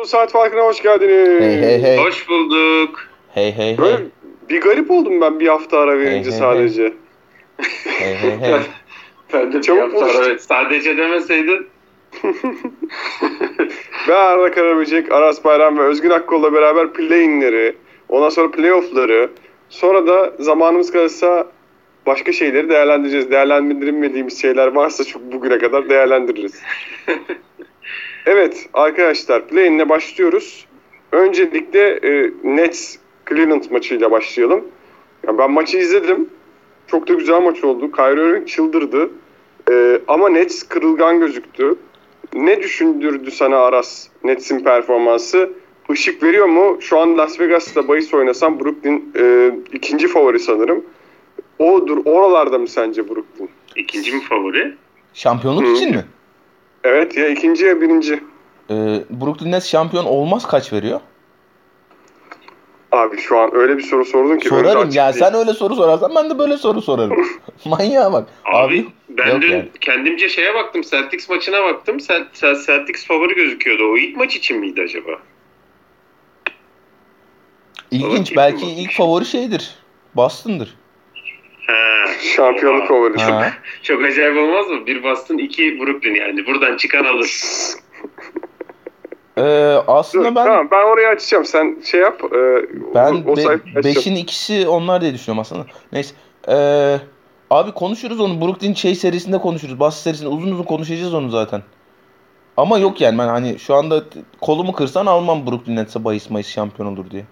saat farkına hoş Hey hey geldiniz. hey. Hoş bulduk. Hey hey Böyle hey. bir garip oldum ben bir hafta ara verince Hey, hey, sadece. Hey hey hey. Ben de Çabuk buluştuk. sadece demeseydin. Ben Arda Karaböcek, Aras Bayram ve Özgün Akkol'la beraber play-in'leri, ondan sonra playoff'ları, sonra da zamanımız kalırsa başka şeyleri değerlendireceğiz. Değerlendirilmediğimiz şeyler varsa çok bugüne kadar değerlendiririz. Evet arkadaşlar play-in'le başlıyoruz. Öncelikle Nets Cleveland maçıyla başlayalım. Yani ben maçı izledim. Çok da güzel maç oldu. Kyrie Irving çıldırdı. Ama Nets kırılgan gözüktü. Ne düşündürdü sana Aras Nets'in performansı? Işık veriyor mu? Şu an Las Vegas'ta bahis oynasam Brooklyn ikinci favori sanırım. Oralarda mı sence Brooklyn? İkinci mi favori? Şampiyonluk için mi? Evet ya ikinci ya birinci. Brooklyn Nets şampiyon olmaz kaç veriyor? Abi şu an öyle bir soru sordun ki. Sorarım ya. Sen öyle soru sorarsan ben de böyle soru sorarım. Manyağa bak. Abi ben yok dün yani. kendimce şeye baktım. Celtics maçına baktım. Celtics favori gözüküyordu. O ilk maç için miydi acaba? İlginç. Belki ilk favori şeydir. Boston'dır. Ha, Şampiyonluk favorisi. Ha. çok acayip olmaz mı? Bir Boston, iki Brooklyn yani. Buradan çıkan alır. Aslında ben Tamam ben orayı açacağım. Sen şey yap. ben o sayfayı açacağım. 5'in ikisi onlar diye düşünüyorum aslında. Neyse. Abi konuşuruz onu. Brooklyn serisinde konuşuruz. Boston serisinde uzun uzun konuşacağız onu zaten. Ama yok yani ben hani şu anda kolumu kırsan almam Brooklyn Nets'e bahis şampiyon olur diye.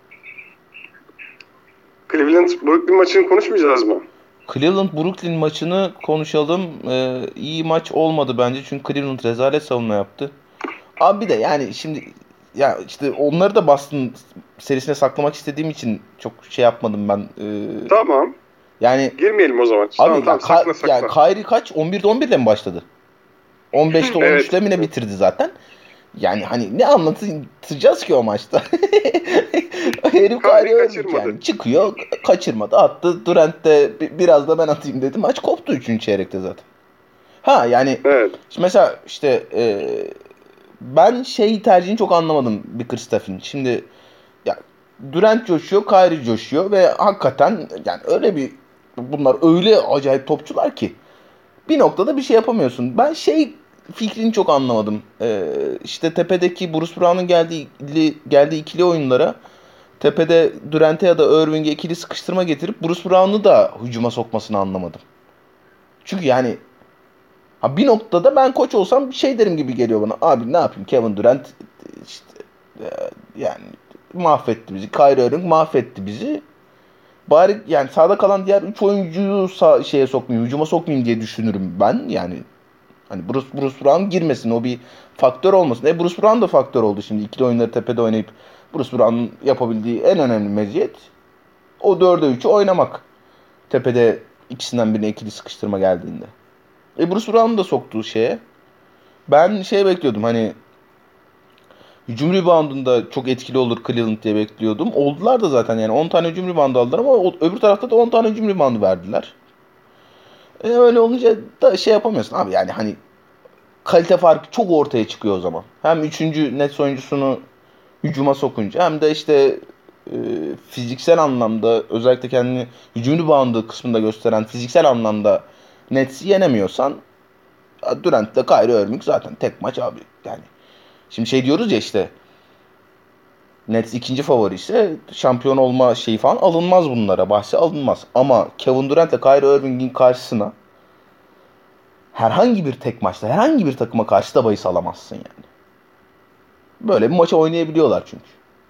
Cleveland Brooklyn maçını konuşmayacağız mı? Cleveland Brooklyn maçını konuşalım. İyi maç olmadı bence çünkü Cleveland rezalet savunma yaptı. Abi bir de yani şimdi ya işte onları da Boston serisine saklamak istediğim için çok şey yapmadım ben. Tamam. Yani Girmeyelim o zaman. abi Tamam sakla. ya Kyrie kaç? 11'de 11'le mi başladı? 15'te 13'le Evet. mi ne bitirdi zaten? Yani hani ne anlatacağız ki o maçta? Herif Kyrie Irving yani çıkıyor, kaçırmadı, attı. Durant de biraz da ben atayım dedi. Maç koptu 3. çeyrekte zaten. Ha yani Evet. şimdi mesela işte ben tercihini çok anlamadım Bickerstaff'in. Şimdi ya Durant coşuyor, Kyrie coşuyor ve hakikaten yani bunlar öyle acayip topçular ki bir noktada bir şey yapamıyorsun. Ben fikrini çok anlamadım. İşte tepedeki Bruce Brown'un geldiği ikili oyunlara tepede Durant'e ya da Irving'e ikili sıkıştırma getirip Bruce Brown'u da hücuma sokmasını anlamadım. Çünkü yani bir noktada ben koç olsam derim gibi geliyor bana. Abi ne yapayım Kevin Durant işte yani mahvetti bizi. Kyrie Irving mahvetti bizi. Bari yani sahada kalan diğer 3 oyuncuyu hücuma sokmayayım diye düşünürüm ben. Yani hani Bruce Brown girmesin. O bir faktör olmasın. Bruce Brown da faktör oldu şimdi. İkili oyunları tepede oynayıp Bruce Brown'un yapabildiği en önemli meziyet o 4'e 3'ü oynamak. Tepede ikisinden birine ikili sıkıştırma geldiğinde. Bruce Brown'un da soktuğu şeye. Ben bekliyordum hani hücum reboundunda çok etkili olur Cleveland diye bekliyordum. Oldular da zaten yani 10 tane hücum reboundu aldılar ama öbür tarafta da 10 tane hücum reboundu verdiler. Öyle olunca da yapamıyorsun abi yani hani kalite farkı çok ortaya çıkıyor o zaman. Hem 3. Nets oyuncusunu hücuma sokunca hem de fiziksel anlamda özellikle kendini hücum reboundu kısmında gösteren fiziksel anlamda Nets'i yenemiyorsan Durant'la Kyrie Irving zaten tek maç abi. Yani şimdi diyoruz ya işte Nets ikinci favori ise şampiyon olma falan alınmaz bunlara. Bahse alınmaz. Ama Kevin Durant ile Kyrie Irving'in karşısına herhangi bir tek maçta herhangi bir takıma karşı da bahis alamazsın yani. Böyle bir maça oynayabiliyorlar çünkü.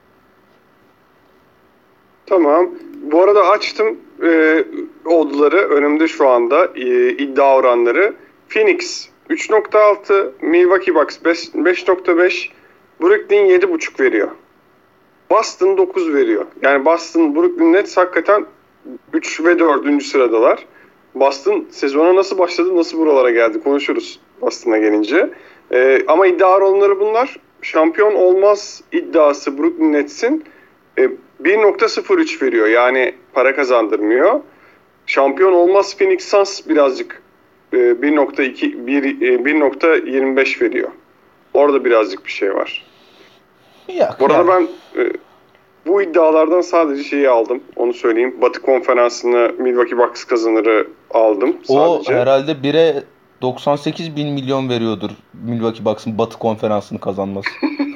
Tamam. Bu arada açtım oddları önümde şu anda iddia oranları. Phoenix 3.6, Milwaukee Bucks 5.5, Brooklyn 7.5 veriyor. Boston 9 veriyor. Yani Boston, Brooklyn Nets hakikaten 3 ve 4. sıradalar. Boston sezona nasıl başladı, nasıl buralara geldi konuşuruz Boston'a gelince. Ama iddia oranları bunlar. Şampiyon olmaz iddiası Brooklyn Nets'in 1.03 veriyor. Yani para kazandırmıyor. Şampiyon olmaz Phoenix Suns birazcık 1.25 veriyor. Orada birazcık bir şey var. Yok, Bu arada yani. ben bu iddialardan sadece şeyi aldım. Onu söyleyeyim. Batı konferansını Milwaukee Bucks kazanırı aldım O sadece. herhalde 1'e 98 bin milyon veriyordur Milwaukee Bucks'ın Batı konferansını kazanması.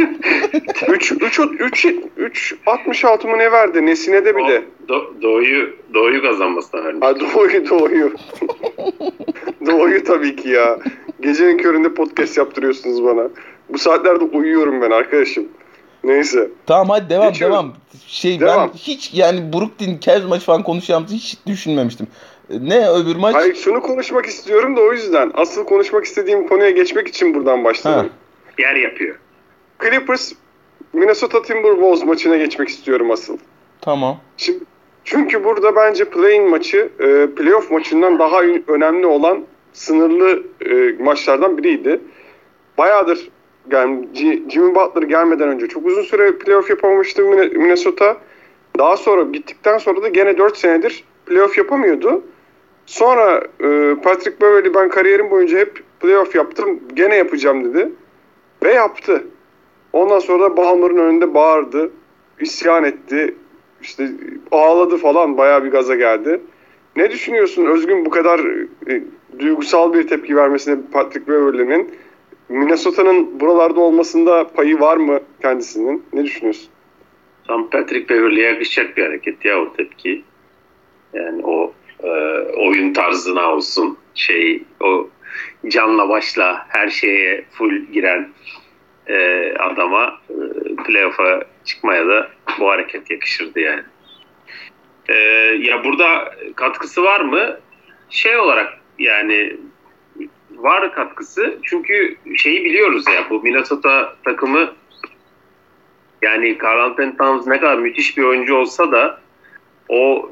3.66 mı ne verdi? Nesine de bir de. Doğu'yu kazanmasına vermiş. Ha, Doğu'yu. Doğu'yu tabii ki ya. Gecenin köründe podcast yaptırıyorsunuz bana. Bu saatlerde uyuyorum ben arkadaşım. Neyse. Tamam hadi devam. Geçiyorum. Ben Devam. hiç yani Brooklyn Cavs maçı falan konuşacağımızı hiç düşünmemiştim. Ne öbür maç? Hayır, şunu konuşmak istiyorum da o yüzden. Asıl konuşmak istediğim konuya geçmek için buradan başladım. Yer yapıyor. Clippers Minnesota Timberwolves maçına geçmek istiyorum asıl. Tamam. Şimdi, çünkü burada bence play-in maçı playoff maçından daha önemli olan sınırlı maçlardan biriydi. Bayağıdır yani Jimmy Butler gelmeden önce çok uzun süre playoff yapamamıştı Minnesota. Daha sonra gittikten sonra da gene 4 senedir playoff yapamıyordu. Sonra Patrick Beverley ben kariyerim boyunca hep playoff yaptım, gene yapacağım dedi. Ve yaptı. Ondan sonra da Ballmer'ın önünde bağırdı, isyan etti, işte ağladı falan, bayağı bir gaza geldi. Ne düşünüyorsun Özgün, bu kadar duygusal bir tepki vermesine Patrick Beverley'nin? Minnesota'nın buralarda olmasında payı var mı kendisinin? Ne düşünüyorsun? Tam Patrick Beverley'e yakışacak bir hareket ya o tepki. Yani o oyun tarzına olsun, o canla başla her şeye full giren adama playoff'a çıkmaya da bu hareket yakışırdı yani. Ya burada katkısı var mı? Olarak yani var katkısı. Çünkü biliyoruz ya, bu Minnesota takımı, yani Karl Anthony Towns ne kadar müthiş bir oyuncu olsa da o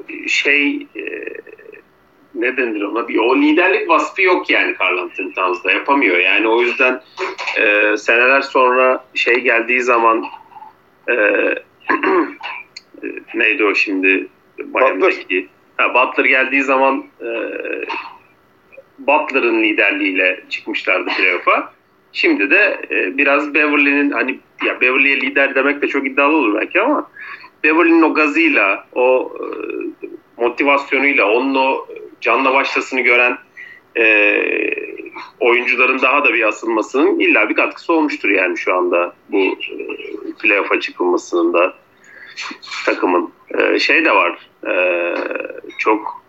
ne denir ona? O liderlik vasfı yok yani Karl Anthony Towns'da, yapamıyor. Yani o yüzden seneler sonra geldiği zaman neydi o şimdi? Miami'deki. Butler geldiği zaman Butler'ın liderliğiyle çıkmışlardı playoff'a. Şimdi de biraz Beverley'nin, hani ya Beverley'e lider demek de çok iddialı olur belki ama Beverley'nin o gazıyla, o motivasyonuyla, onun o canla başlasını gören oyuncuların daha da bir asılmasının illa bir katkısı olmuştur yani şu anda bu playoff'a çıkılmasının da takımın. De var, çok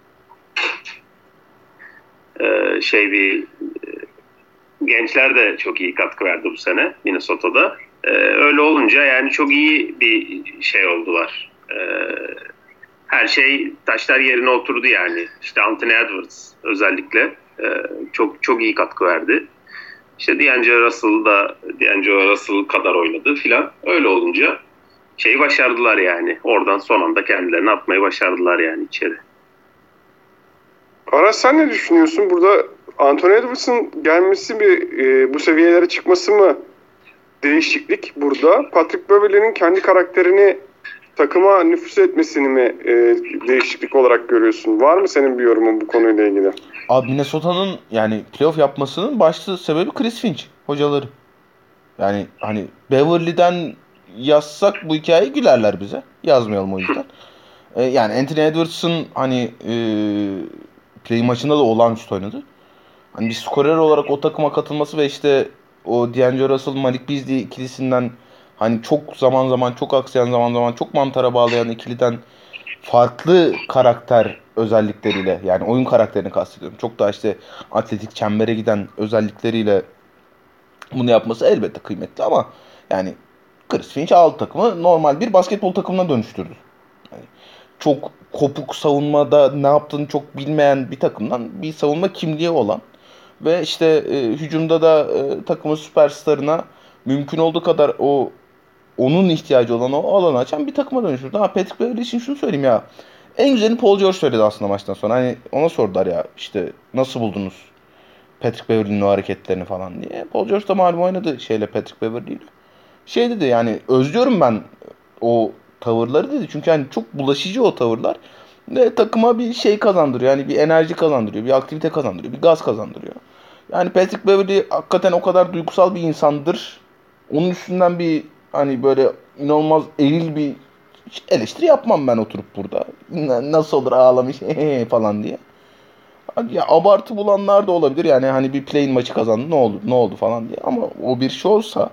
gençler de çok iyi katkı verdi bu sene Minnesota'da. Öyle olunca yani çok iyi bir oldular. Her taşlar yerine oturdu yani. İşte Anthony Edwards özellikle çok çok iyi katkı verdi. İşte D'Angelo Russell kadar oynadı filan. Öyle olunca başardılar yani. Oradan son anda kendilerini atmayı başardılar yani içeri. Aras, sen ne düşünüyorsun? Burada Anthony Edwards'ın gelmesi bu seviyelere çıkması mı değişiklik burada? Patrick Beverley'nin kendi karakterini takıma nüfuz etmesini mi değişiklik olarak görüyorsun? Var mı senin bir yorumun bu konuyla ilgili? Abi Minnesota'nın yani playoff yapmasının başlı sebebi Chris Finch hocaları. Yani hani Beverley'den yazsak bu hikayeyi gülerler bize. Yazmayalım o yüzden. Yani Anthony Edwards'ın hani play maçında da olağanüstü oynadı. Hani bir skorer olarak o takıma katılması ve işte o D'Angelo Russell, Malik Beasley ikilisinden hani çok zaman zaman çok aksayan, zaman zaman çok mantara bağlayan ikiliden farklı karakter özellikleriyle, yani oyun karakterini kastediyorum. Çok daha işte atletik, çembere giden özellikleriyle bunu yapması elbette kıymetli ama yani Chris Finch aldı takımı normal bir basketbol takımına dönüştürdü. Yani çok kopuk, savunmada ne yaptığını çok bilmeyen bir takımdan bir savunma kimliği olan ve işte hücumda da takımın süperstarına mümkün olduğu kadar onun ihtiyacı olan o alanı açan bir takıma dönüştürdü. Patrick Beverley için şunu söyleyeyim ya. En güzelini Paul George söyledi aslında maçtan sonra. Hani ona sordular ya işte nasıl buldunuz Patrick Beverley'nin o hareketlerini falan diye. Paul George da malum oynadı Patrick Beverley'yle. Dedi yani özlüyorum ben o tavırları dedi. Çünkü hani çok bulaşıcı o tavırlar. Ve takıma bir kazandırıyor. Yani bir enerji kazandırıyor. Bir aktivite kazandırıyor. Bir gaz kazandırıyor. Yani Patrick Beverley hakikaten o kadar duygusal bir insandır. Onun üstünden bir hani böyle inanılmaz eril bir eleştiri yapmam ben oturup burada. Nasıl olur ağlamış falan diye. Ya abartı bulanlar da olabilir yani hani bir play-in maçı kazandı ne oldu falan diye ama o bir şovsa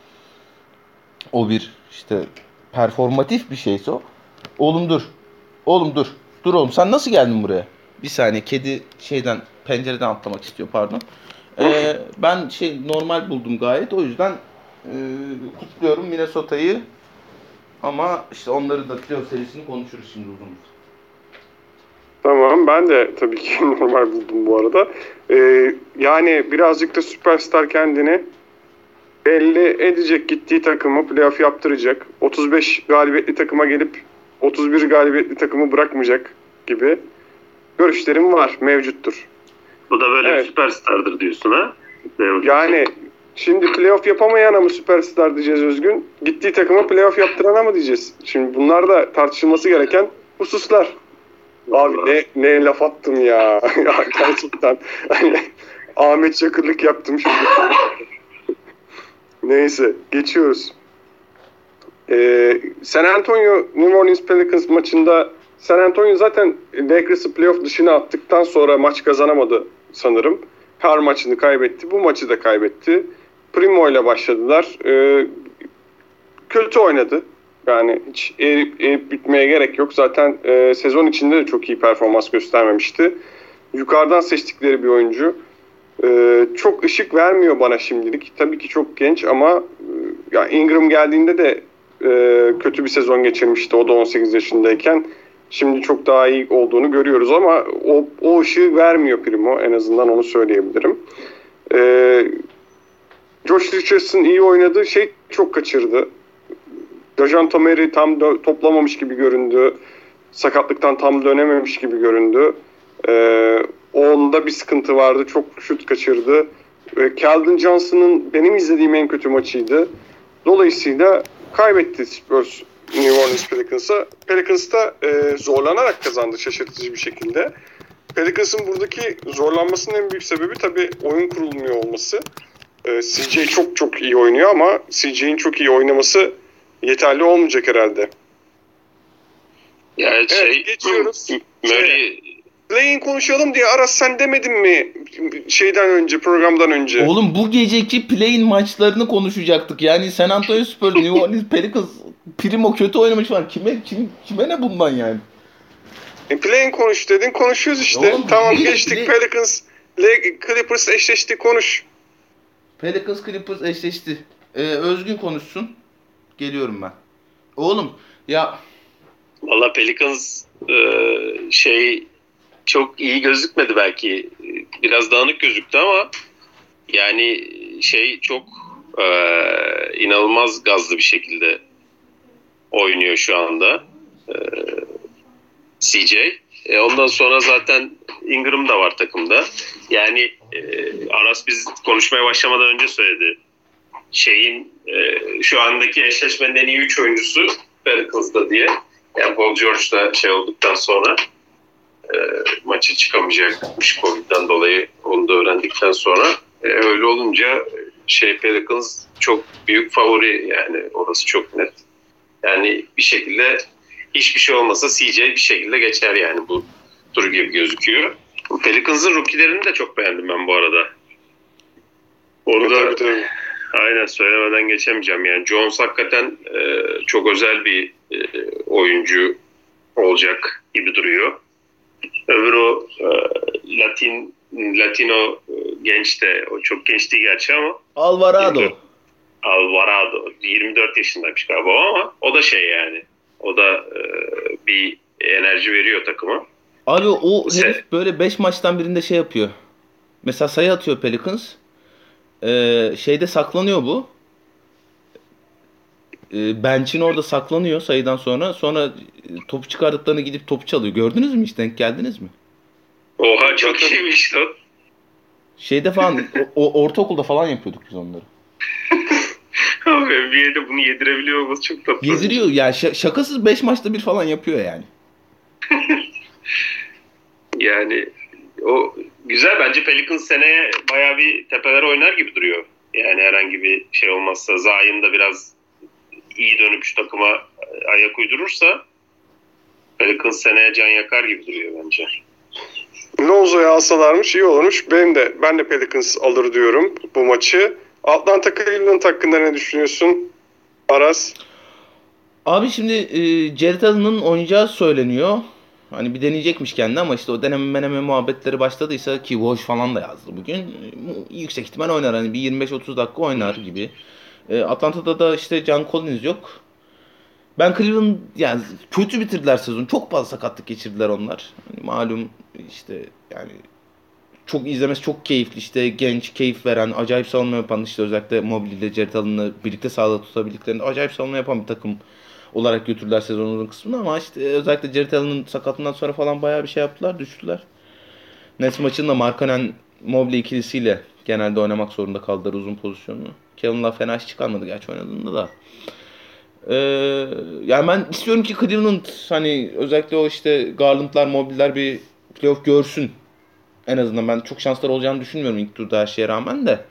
o bir işte performatif bir şeyse o. Oğlum dur. Oğlum dur. Dur oğlum sen nasıl geldin buraya? Bir saniye kedi pencereden atlamak istiyor pardon. Ben normal buldum gayet o yüzden kutluyorum Minnesota'yı ama işte onları da playoff serisini konuşuruz şimdi uzun. Tamam, ben de tabii ki normal buldum bu arada. Yani birazcık da süperstar kendini belli edecek, gittiği takımı playoff yaptıracak. 35 galibiyetli takıma gelip 31 galibiyetli takımı bırakmayacak gibi görüşlerim var, mevcuttur. Bu da böyle bir süperstardır diyorsun ha? Yani şimdi playoff yapamayana mı süperstar diyeceğiz Özgün? Gittiği takıma playoff yaptırana mı diyeceğiz? Şimdi bunlar da tartışılması gereken hususlar. Abi ne laf attım ya. Ya gerçekten. Ahmet Çakırlık yaptım şimdi. Neyse geçiyoruz. San Antonio New Orleans Pelicans maçında San Antonio zaten Lakers'ı playoff dışına attıktan sonra maç kazanamadı sanırım. Her maçını kaybetti. Bu maçı da kaybetti. Primo ile başladılar. Kötü oynadı. Yani hiç eğip bitmeye gerek yok. Zaten sezon içinde de çok iyi performans göstermemişti. Yukarıdan seçtikleri bir oyuncu. Çok ışık vermiyor bana şimdilik. Tabii ki çok genç ama ya Ingram geldiğinde de kötü bir sezon geçirmişti. O da 18 yaşındayken. Şimdi çok daha iyi olduğunu görüyoruz ama o ışığı vermiyor Primo. En azından onu söyleyebilirim. Josh Richardson iyi oynadı. Çok kaçırdı. Dejounte Murray tam toplamamış gibi göründü. Sakatlıktan tam dönememiş gibi göründü. Onda bir sıkıntı vardı. Çok şut kaçırdı. Keldon Johnson'ın benim izlediğim en kötü maçıydı. Dolayısıyla kaybetti Spurs New Orleans Pelicans'a. Pelicans da zorlanarak kazandı şaşırtıcı bir şekilde. Pelicans'ın buradaki zorlanmasının en büyük sebebi tabii oyun kurulmuyor olması. CJ çok çok iyi oynuyor ama CJ'in çok iyi oynaması yeterli olmayacak herhalde. Yani geçiyoruz. Murray Play-in konuşalım diye Aras sen demedin mi programdan önce? Oğlum bu geceki play-in maçlarını konuşacaktık. Yani San Antonio Spurs, New Orleans Pelicans, Primo kötü oynamış falan. Kime ne bundan yani? Play-in konuş dedin, konuşuyoruz işte. Oğlum, tamam geçtik Pelicans, Clippers eşleşti, konuş. Pelicans Clippers eşleşti. Özgün konuşsun. Geliyorum ben. Oğlum ya. Valla Pelicans çok iyi gözükmedi belki. Biraz dağınık gözüktü ama yani çok inanılmaz gazlı bir şekilde oynuyor şu anda CJ. Ondan sonra zaten Ingram da var takımda. Yani Aras biz konuşmaya başlamadan önce söyledi. Şu andaki eşleşmenin en iyi 3 oyuncusu Pelicans'da diye. Yani Paul George da olduktan sonra maça çıkamayacakmış Covid'den dolayı onu da öğrendikten sonra öyle olunca Pelicans çok büyük favori yani orası çok net. Yani bir şekilde hiçbir şey olmasa CJ bir şekilde geçer yani bu tur gibi gözüküyor. Pelicans'ın rookie'lerini de çok beğendim ben bu arada. Onu da aynen söylemeden geçemeyeceğim. Yani Jones hakikaten çok özel bir oyuncu olacak gibi duruyor. Öbür o Latino genç de o çok genç değil gerçi ama Alvarado 24 yaşındaymış galiba ama o da yani o da bir enerji veriyor takıma. Abi o herif böyle 5 maçtan birinde yapıyor. Mesela sayı atıyor Pelicans. Saklanıyor bu. Bench'in orada saklanıyor sayıdan sonra. Sonra topu çıkardıklarını gidip topu çalıyor. Gördünüz mü hiç? Denk geldiniz mi? Oha çok iyiymiş lan. Falan ortaokulda falan yapıyorduk biz onları. Abi NBA'de bunu yedirebiliyor olması çok tatlı. Yediriyor ya. Şakasız 5 maçta bir falan yapıyor yani. Yani o güzel bence Pelicans seneye bayağı bir tepeler oynar gibi duruyor. Yani herhangi bir olmazsa Zion da biraz iyi dönüp şu takıma ayak uydurursa Pelicans seneye can yakar gibi duruyor bence. Lonzo'yu alsalarmış iyi olurmuş. Ben de Pelicans alır diyorum bu maçı. Atlanta Cleveland hakkında ne düşünüyorsun Aras? Abi şimdi Jared Allen'ın oynayacağı söyleniyor. Hani bir deneyecekmiş kendi ama işte o deneme muhabbetleri başladıysa ki Woj falan da yazdı bugün. Yüksek ihtimal oynar. Hani bir 25-30 dakika oynar gibi. Atlanta'da da işte John Collins yok. Ben Cleveland yani kötü bitirdiler sezonu. Çok fazla sakatlık geçirdiler onlar. Hani malum işte yani çok izlemesi çok keyifli işte genç keyif veren acayip savunma yapan işte özellikle Mobley ile Jared Allen'ı birlikte sahada tutabildiklerinde acayip savunma yapan bir takım olarak götürdüler sezonun kısmını ama işte özellikle Jared Allen'ın sakatlığından sonra falan bayağı bir şey yaptılar düştüler. Nets maçında Markkanen Mobley ikilisiyle genelde oynamak zorunda kaldılar uzun pozisyonunu. Kevin Love fena iş çıkarmadı gerçi oynadığında da. Ee, Yani ben istiyorum ki Cleveland hani özellikle o işte Garland'lar, Mobley'ler bir playoff görsün. En azından ben çok şanslar olacağını düşünmüyorum ilk turda her şeye rağmen de.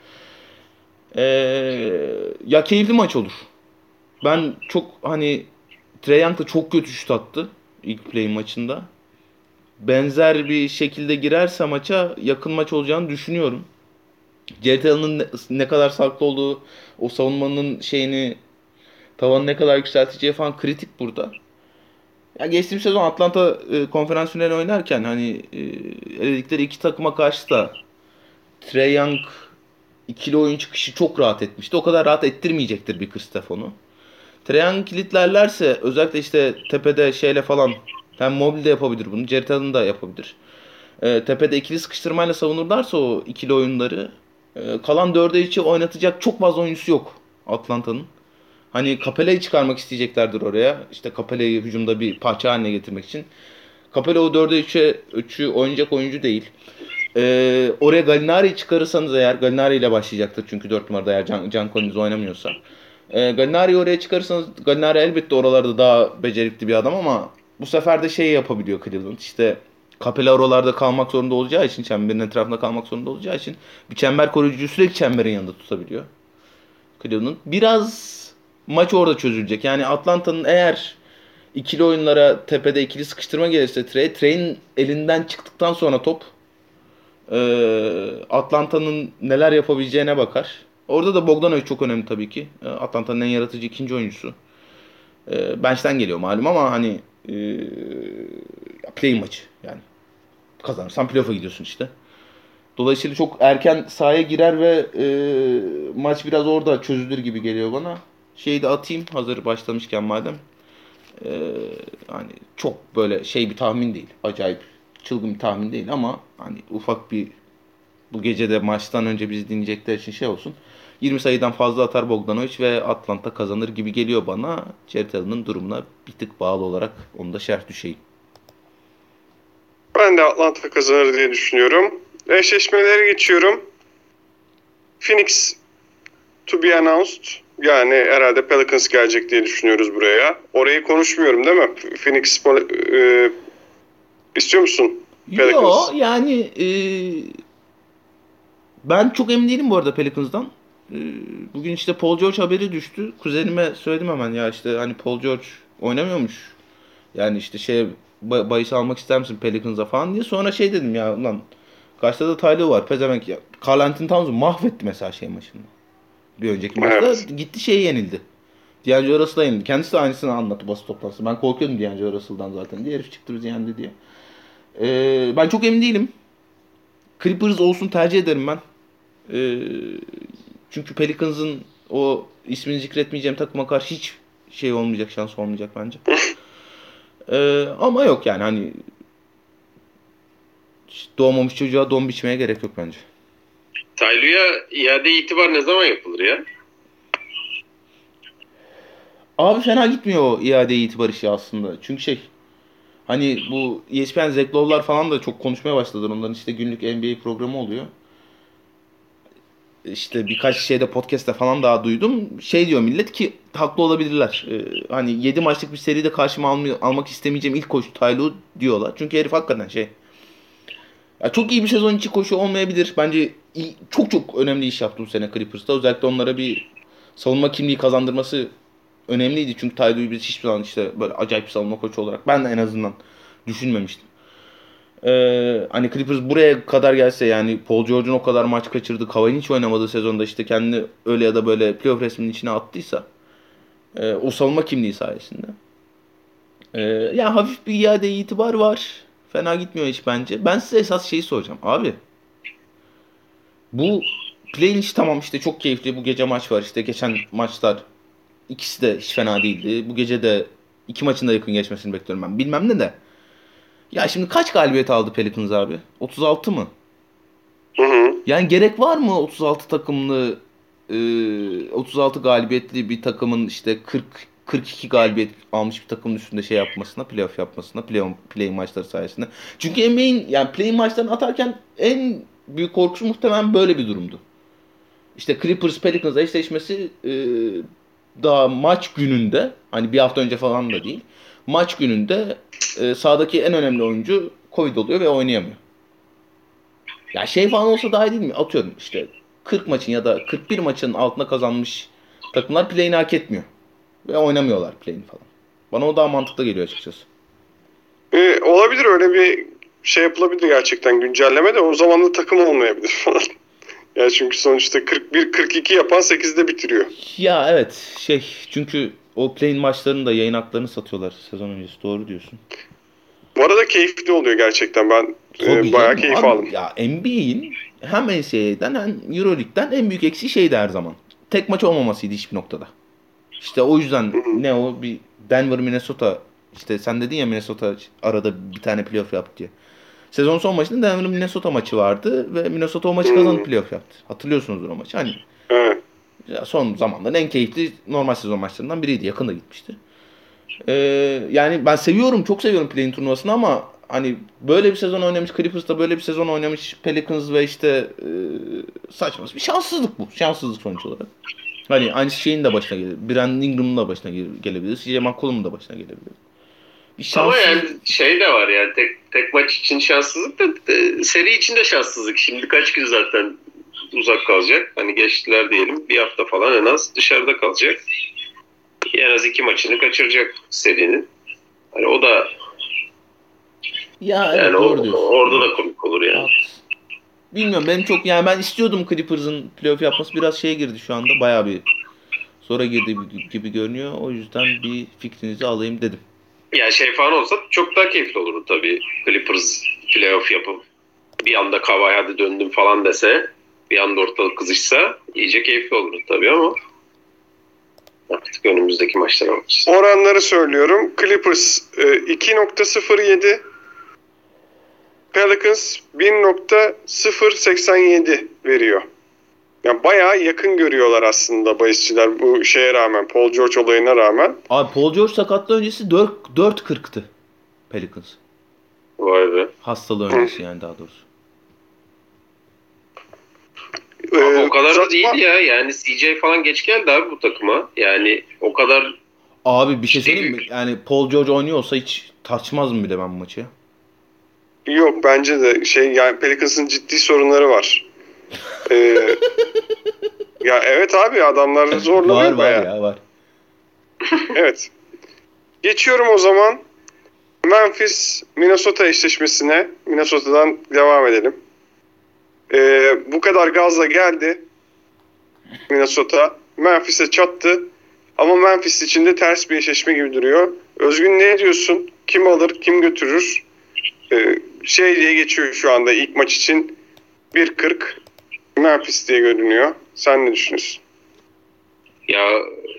Ya keyifli maç olur. Ben çok hani Trae Young da çok kötü şut attı ilk play maçında. Benzer bir şekilde girerse maça yakın maç olacağını düşünüyorum. Jared Allen'ın ne kadar sağlıklı olduğu, o savunmanın şeyini, tavanı ne kadar yükselteceği falan kritik burada. Ya geçtiğim sezon Atlanta konferans finali oynarken hani eledikleri iki takıma karşı da Trae Young ikili oyun çıkışı çok rahat etmişti. O kadar rahat ettirmeyecektir bir Kristafon'u. Trae Young kilitlerlerse özellikle işte tepede şeyle falan hem Mobley de yapabilir bunu. Jared Allen da yapabilir. Tepede ikili sıkıştırmayla savunurlarsa o ikili oyunları kalan 4'e 3'ü oynatacak çok fazla oyuncusu yok Atlanta'nın. Hani Capella'yı çıkarmak isteyeceklerdir oraya. İşte Capella'yı hücumda bir parça haline getirmek için. Capella o 4'e 3'ü oynayacak oyuncu değil. Oraya Gallinari'yi çıkarırsanız eğer Gallinari ile başlayacaktır çünkü 4 numarada eğer John Collins oynamıyorsa. Gallinari'yi oraya çıkarırsanız Gallinari elbette oralarda daha becerikli bir adam ama bu sefer de şey yapabiliyor Cleveland. İşte Capella oralarda kalmak zorunda olacağı için çemberin etrafında kalmak zorunda olacağı için bir çember koruyucuyu sürekli çemberin yanında tutabiliyor. Cleveland. Biraz maç orada çözülecek. Yani Atlanta'nın eğer ikili oyunlara tepede ikili sıkıştırma gelirse Trae'nin elinden çıktıktan sonra top Atlanta'nın neler yapabileceğine bakar. Orada da Bogdanovic çok önemli tabii ki. Atlanta'nın en yaratıcı ikinci oyuncusu. Bench'ten geliyor malum ama hani play maçı yani. Kazanırsan playoff'a gidiyorsun işte. Dolayısıyla çok erken sahaya girer ve maç biraz orada çözülür gibi geliyor bana. Şeyi de atayım hazır başlamışken madem. Hani çok böyle şey bir tahmin değil. Acayip çılgın bir tahmin değil ama hani ufak bir bu gece de maçtan önce bizi dinleyecekler için şey olsun. 20 sayıdan fazla atar Bogdanovic ve Atlanta kazanır gibi geliyor bana. Jared Allen'ın durumuna bir tık bağlı olarak onu da şerh düşeyim. Ben de Atlanta kazanır diye düşünüyorum. Eşleşmelere geçiyorum. Phoenix to be announced. Yani herhalde Pelicans gelecek diye düşünüyoruz buraya. Orayı konuşmuyorum değil mi? Phoenix istiyor musun? Yok yani ben çok emin değilim bu arada Pelicans'dan. Bugün işte Paul George haberi düştü. Kuzenime söyledim hemen ya işte hani Paul George oynamıyormuş. Yani işte şey bahis almak ister misin Pelicans'a falan diye. Sonra şey dedim ya ulan karşıda da Tyler var. Pezevenk ya. Karl Anthony Towns'u mahvetti mesela şey maçında. Bir önceki maçta Evet. gitti şeye yenildi. D'Angelo Russell'a yenildi. Kendisi de aynısını anlattı basın toplantısında. Ben korkuyordum D'Angelo Russell'dan zaten diye. Herif çıktı bizi yendi diye. Ben çok emin değilim. Clippers olsun tercih ederim ben. Çünkü Pelicans'ın o ismini zikretmeyeceğim takıma karşı hiç şey olmayacak, şans olmayacak bence. Ama yok yani hani doğmamış çocuğa don biçmeye gerek yok bence. Taylu'ya iade itibar ne zaman yapılır ya? Abi fena gitmiyor o iade itibar işi aslında. Çünkü şey hani bu ESPN Zach Lowe'lar falan da çok konuşmaya başladılar. Onların işte günlük NBA programı oluyor. İşte birkaç şeyde podcast'te falan daha duydum. Şey diyor millet ki haklı olabilirler. Hani 7 maçlık bir seride karşıma almak istemeyeceğim ilk koçu Ty Lue diyorlar. Çünkü herif hakikaten şey. Ya çok iyi bir sezon içi koçu olmayabilir. Bence çok çok önemli iş yaptı bu sene Clippers'ta. Özellikle onlara bir savunma kimliği kazandırması önemliydi. Çünkü Ty Lue'yu biz hiçbir zaman işte böyle acayip bir savunma koçu olarak ben de en azından düşünmemiştim. Hani Clippers buraya kadar gelse yani Paul George'un o kadar maç kaçırdı. Kawhi'nin hiç oynamadığı sezonda işte kendini öyle ya da böyle playoff resminin içine attıysa o savunma kimliği sayesinde. Ya hafif bir iade itibar var. Fena gitmiyor hiç bence. Ben size esas şeyi soracağım. Abi bu play-in işi tamam işte çok keyifli. Bu gece maç var. İşte geçen maçlar ikisi de hiç fena değildi. Bu gece de iki maçın da yakın geçmesini bekliyorum ben. Bilmem ne de. Ya şimdi kaç galibiyet aldı Pelicans abi? 36 mı? Hı hı. Yani gerek var mı 36 takımlı 36 galibiyetli bir takımın işte 42 galibiyet almış bir takımın üstünde şey yapmasına, playoff yapmasına, play maçları sayesinde. Çünkü NBA'in yani play maçlarını atarken en büyük korkusu muhtemelen böyle bir durumdu. İşte Clippers Pelicans eşleşmesi daha maç gününde hani bir hafta önce falan da değil. Maç gününde sahadaki en önemli oyuncu Covid oluyor ve oynayamıyor. Ya şey falan olsa daha iyi değil mi? Atıyorum işte 40 maçın ya da 41 maçın altında kazanmış takımlar play'ini hak etmiyor. Ve oynamıyorlar play'ini falan. Bana o daha mantıklı geliyor açıkçası. Olabilir, öyle bir şey yapılabilir gerçekten, güncelleme de o zaman da takım olmayabilir falan. Ya çünkü sonuçta 41-42 yapan 8'de bitiriyor. Ya evet çünkü o play-in maçlarının da yayın haklarını satıyorlar sezon öncesi, doğru diyorsun. Bu arada keyifli oluyor gerçekten, ben bayağı keyif abi, aldım. ya NBA'in hem NCAA'den hem Euroleague'den en büyük eksiği şeydi her zaman. Tek maç olmamasıydı hiçbir noktada. İşte o yüzden ne o bir Denver Minnesota, işte sen dedin ya Minnesota arada bir tane playoff yaptı diye. Sezon son maçında Denver Minnesota maçı vardı ve Minnesota o maçı kazanıp playoff yaptı. Hatırlıyorsunuzdur o maçı. Hani Evet. son zamanların en keyifli normal sezon maçlarından biriydi. Yakın da gitmişti. Yani ben seviyorum, çok seviyorum play-in turnuvasını ama hani böyle bir sezon oynamış Clippers'ta, böyle bir sezon oynamış Pelicans ve işte saçma bir şanssızlık bu. Şanssızlık sonuç olarak. Hani aynı şeyin de başına gelir. Brandon Ingram'ın da başına gelebilir. CJ McCollum'un da başına gelebilir. Ama yani şey de var yani tek maç için şanssızlık da seri için de şanssızlık. Şimdi kaç gün zaten uzak kalacak. Hani geçtiler diyelim. Bir hafta falan en az dışarıda kalacak. En az 2 maçını kaçıracak serinin. Hani o da ya yani evet, doğru diyorsun. Orada da komik olur yani. Bilmiyorum, benim çok yani ben istiyordum Clippers'ın playoff yapması, biraz şeye girdi şu anda. Bayağı bir zora girdi gibi görünüyor. O yüzden bir fikrinizi alayım dedim. Ya şey falan olsa çok daha keyifli olurdu tabii. Clippers playoff yapıp bir anda Kawhi hadi döndüm falan dese, bir anda ortalık kızışsa iyice keyifli olurdu tabii ama artık önümüzdeki maçlara bakacağız. Oranları söylüyorum. Clippers 2.07, Pelicans 1.087 veriyor. Yani bayağı yakın görüyorlar aslında bahisçiler bu şeye rağmen, Paul George olayına rağmen. Abi Paul George sakatlığı öncesi 4.40'tı Pelicans. Vay be. Hastalığı öncesi yani, daha doğrusu. Abi o kadar da değil ya. Yani CJ falan geç geldi abi bu takıma. Yani o kadar... Abi bir şey söyleyeyim mi? Yani Paul George oynuyorsa hiç tartışmaz mı bile ben bu maçı? Yok, bence de yani Pelicans'ın ciddi sorunları var. Ya evet abi, adamlar zorlanıyor bayağı. Var ya, var. Evet. Geçiyorum o zaman Memphis Minnesota eşleşmesine. Minnesota'dan devam edelim. Bu kadar gazla geldi Minnesota. Memphis'e çattı. Ama Memphis için de ters bir eşleşme gibi duruyor. Özgün, ne diyorsun? Kim alır, kim götürür? Diye geçiyor şu anda ilk maç için. 1.40 Memphis diye görünüyor. Sen ne düşünüyorsun? Ya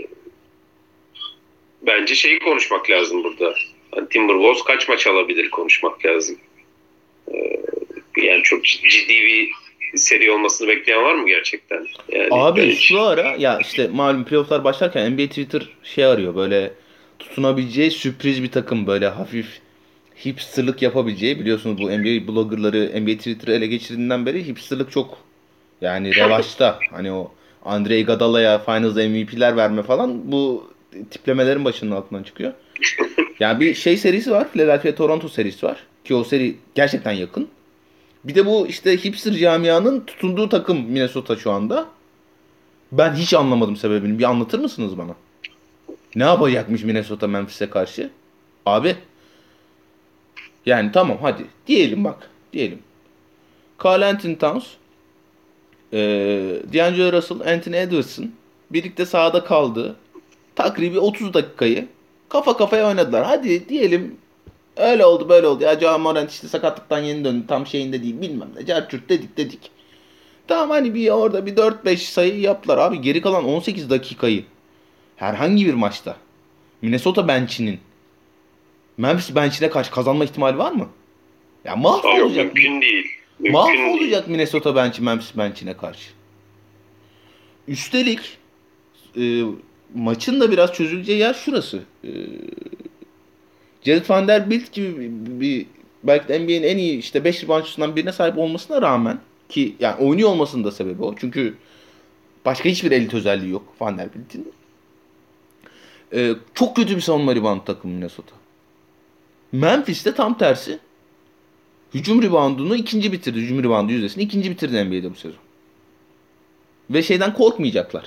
bence konuşmak lazım burada. Yani Timberwolves kaç maç alabilir konuşmak lazım. Yani çok ciddi bir seri olmasını bekleyen var mı gerçekten? Yani abi şu ara ya işte malum playofflar başlarken NBA Twitter arıyor, böyle tutunabileceği sürpriz bir takım, böyle hafif hipsterlık yapabileceği, biliyorsunuz bu NBA bloggerları NBA Twitter'ı ele geçirdiğinden beri hipsterlık çok yani revaçta. Hani o Andre Iguodala'ya Finals MVP'ler verme falan bu tiplemelerin başının altından çıkıyor. Yani bir serisi var, Philadelphia Toronto serisi var ki o seri gerçekten yakın. Bir de bu işte hipster camianın tutunduğu takım Minnesota şu anda. Ben hiç anlamadım sebebini. Bir anlatır mısınız bana? Ne yapacakmış Minnesota Memphis'e karşı? Abi yani tamam hadi diyelim bak. Diyelim. Karl Anthony Towns, D'Angelo Russell, Anthony Edwards'ın birlikte sahada kaldığı takribi 30 dakikayı kafa kafaya oynadılar. Hadi diyelim öyle oldu böyle oldu. Ya Ja Morant işte sakatlıktan yeni döndü. Tam şeyinde değil bilmem ne. Carçurt dedik. Tamam hani bir orada bir 4-5 sayı yaptılar. Abi geri kalan 18 dakikayı herhangi bir maçta Minnesota bench'inin Memphis bench'ine karşı kazanma ihtimali var mı? Ya mahvolacak. Mümkün değil. Mahvolacak Minnesota bench'i Memphis bench'ine karşı. Üstelik maçın da biraz çözüleceği yer şurası. Jared Vanderbilt gibi bir belki de NBA'nin en iyi işte 5 reboundçusundan birine sahip olmasına rağmen ki yani oynuyor olmasının da sebebi o. Çünkü başka hiçbir elit özelliği yok Vanderbilt'in. Çok kötü bir savunma rebound takımı Minnesota. Memphis'te tam tersi. Hücum reboundunu ikinci bitirdi. Hücum reboundu yüzdesini ikinci bitirdi NBA'de bu sezon. Ve şeyden korkmayacaklar.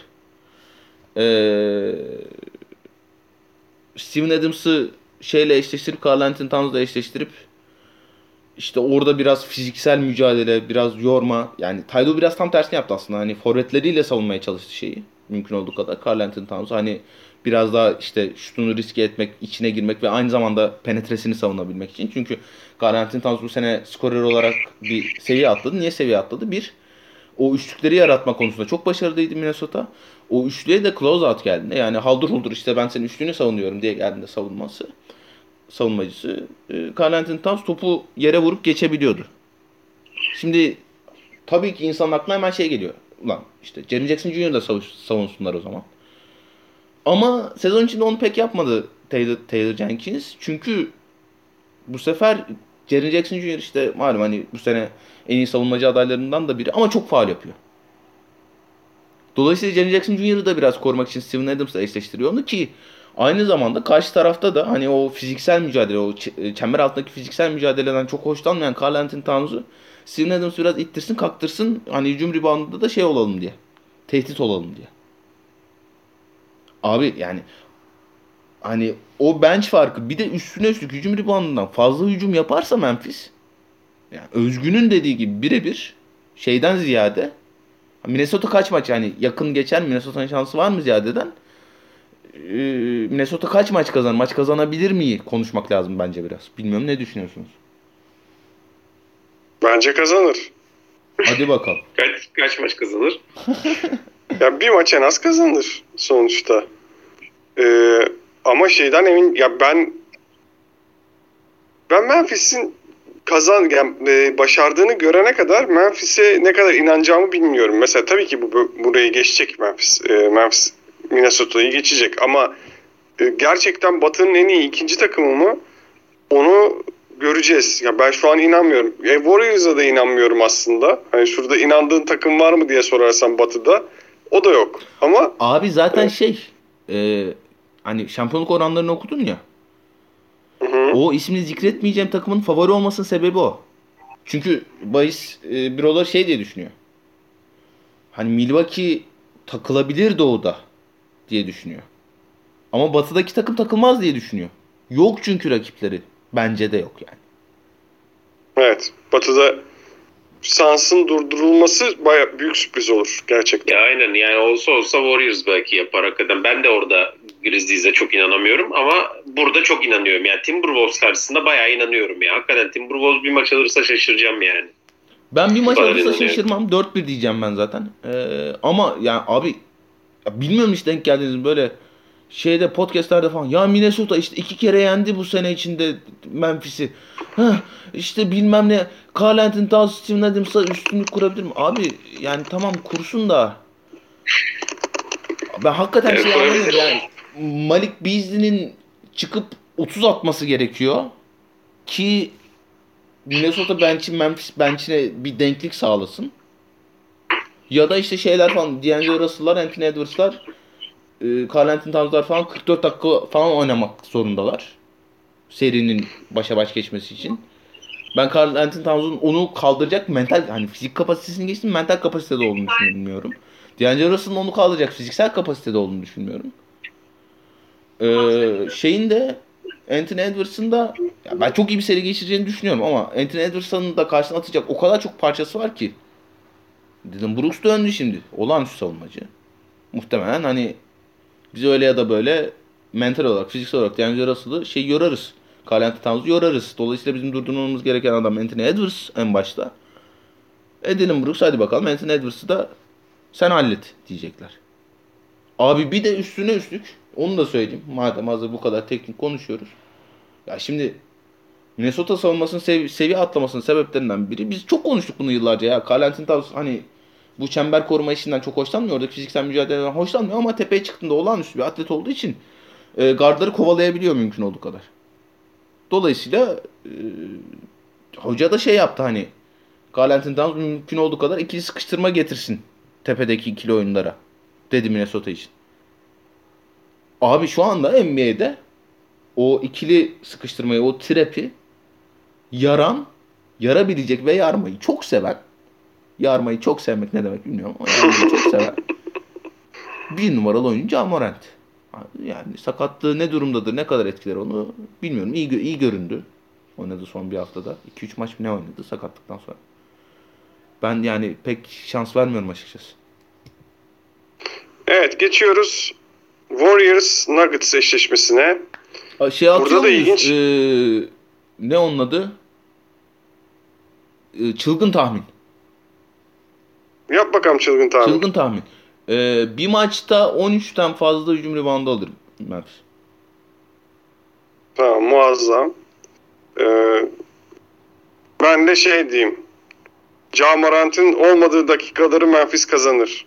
Steven Adams'ı şeyle eşleştirip Karl Anthony Towns'la eşleştirip işte orada biraz fiziksel mücadele, biraz yorma. Yani Tylo biraz tam tersini yaptı aslında. Hani forvetleriyle savunmaya çalıştı şeyi. Mümkün olduğu kadar. Karl Anthony Towns hani biraz daha işte şutunu riske etmek, içine girmek ve aynı zamanda penetresini savunabilmek için. Çünkü Karl Anthony Towns bu sene skorer olarak bir seviye atladı. Niye seviye atladı? Bir, o üçlükleri yaratma konusunda çok başarılıydı Minnesota. O üçlüye de closeout geldiğinde yani haldır huldur işte ben senin üçlüğünü savunuyorum diye geldiğinde savunmacısı Karl Anthony Towns topu yere vurup geçebiliyordu. Şimdi tabii ki insanın aklına hemen şey geliyor. Ulan işte Jaren Jackson Jr. da savunsunlar o zaman. Ama sezon içinde onu pek yapmadı Taylor Jenkins. Çünkü bu sefer Jaren Jackson Jr. işte malum hani bu sene en iyi savunmacı adaylarından da biri ama çok faul yapıyor. Dolayısıyla Jaren Jackson Jr.'ı da biraz korumak için Steven Adams'la eşleştiriyor onu ki aynı zamanda karşı tarafta da hani o fiziksel mücadele, o çember altındaki fiziksel mücadeleden çok hoşlanmayan Karl Anthony Towns'u Steven Adams biraz ittirsin kaktırsın hani hücum reboundunda da şey olalım diye. Tehdit olalım diye. Abi yani hani o bench farkı bir de üstüne üstlük hücum reboundundan fazla hücum yaparsa Memphis yani Özgün'ün dediği gibi birebir şeyden ziyade Minnesota kaç maç yani yakın geçer Minnesota'nın şansı var mı ziyadeden Minnesota kaç maç kazanır maç kazanabilir mi konuşmak lazım bence biraz. Bilmiyorum ne düşünüyorsunuz? Bence kazanır. Hadi bakalım. Kaç maç kazanır? Ya bir maç en az kazanır sonuçta. Ama şeyden emin ya ben Memphis'in başardığını görene kadar Memphis'e ne kadar inanacağımı bilmiyorum. Mesela tabii ki burayı geçecek Memphis. Memphis Minnesota'yı geçecek ama gerçekten Batı'nın en iyi ikinci takımı mı? Onu göreceğiz. Ya ben şu an inanmıyorum. Warriors'a da inanmıyorum aslında. Hani şurada inandığın takım var mı diye sorarsan Batı'da o da yok. Ama abi zaten hani şampiyonluk oranlarını okudun ya. Hı. O ismini zikretmeyeceğim takımın favori olmasının sebebi o. Çünkü bahis büroları şey diye düşünüyor. Hani Milwaukee takılabilir doğuda diye düşünüyor. Ama batıdaki takım takılmaz diye düşünüyor. Yok çünkü rakipleri. Bence de yok yani. Evet. Batı'da Suns'ın durdurulması baya büyük sürpriz olur gerçekten. Ya aynen yani olsa Warriors belki yapar hakikaten. Ben de orada Grizzlies'e çok inanamıyorum ama burada çok inanıyorum. Yani Timberwolves karşısında bayağı inanıyorum ya. Hakikaten Timberwolves bir maç alırsa şaşıracağım yani. Ben bir maç alırsa şaşırmam. 4-1 diyeceğim ben zaten. Ama yani abi ya bilmiyorum hiç denk geldiniz böyle podcastlerde falan. Ya Minnesota işte 2 kere yendi bu sene içinde Memphis'i. İşte bilmem ne. Karl Anthony Towns, Steven Adams'a üstünlük kurabilir mi? Abi yani tamam kursun da. Ben hakikaten anlamıyorum yani. Malik Beasley'nin çıkıp 30 atması gerekiyor. Ki Minnesota bench'i Memphis bench'ine bir denklik sağlasın. Ya da işte şeyler falan. D'Angelo Russell'lar, Anthony Edwards'lar, Karl Anthony Towns'lar falan 44 dakika falan oynamak zorundalar. Serinin başa baş geçmesi için. Ben Karl Anthony Towns'un onu kaldıracak mental hani fizik kapasitesini geçtim mental kapasitede olduğunu düşünmüyorum. D'Angelo Russell'ın onu kaldıracak fiziksel kapasitede olduğunu düşünmüyorum. Şeyin de Anthony Edwards'ın da ya ben çok iyi bir seri geçireceğini düşünüyorum ama Anthony Edwards'ın da karşısına atacak o kadar çok parçası var ki. Dylan Brooks da öndü şimdi. Olağanüstü savunmacı. Muhtemelen hani biz öyle ya da böyle mental olarak, fiziksel olarak D'Angelo Russell'ı yorarız. Karl Anthony Towns'u yorarız. Dolayısıyla bizim durdurmamız gereken adam Anthony Edwards en başta. Dylan Brooks hadi bakalım Anthony Edwards'ı da sen hallet diyecekler. Abi bir de üstüne üstlük onu da söyleyeyim. Madem hazır bu kadar teknik konuşuyoruz. Ya şimdi Minnesota savunmasının seviye atlamasının sebeplerinden biri. Biz çok konuştuk bunu yıllarca ya. Karl Anthony Towns hani bu çember koruma işinden çok hoşlanmıyor. Oradaki fiziksel mücadeleden hoşlanmıyor ama tepeye çıktığında olağanüstü bir atlet olduğu için gardları kovalayabiliyor mümkün olduğu kadar. Dolayısıyla hoca da yaptı hani Karl Anthony Towns mümkün olduğu kadar ikili sıkıştırma getirsin tepedeki ikili oyunlara dedi Minnesota için. Abi şu anda NBA'de o ikili sıkıştırmayı, o trap'i yarabilecek ve yarmayı çok seven, yarmayı çok sevmek ne demek bilmiyorum ama yarmayı çok seven bir numaralı oyuncu Ja Morant. Yani sakatlığı ne durumdadır, ne kadar etkiler onu bilmiyorum. İyi göründü. Oynadı son bir haftada. 2-3 maç mı ne oynadı sakatlıktan sonra. Ben yani pek şans vermiyorum açıkçası. Evet, geçiyoruz Warriors Nuggets eşleşmesine. Atıyor Burada da muyuz? ilginç. Ne onun adı? Çılgın tahmin. Yap bakalım çılgın tahmin. Çılgın tahmin. Bir maçta 13'ten fazla hücum reboundu alır Memphis. Tamam, muazzam. Ben de diyeyim. Ja Morant'ın olmadığı dakikaları Memphis kazanır.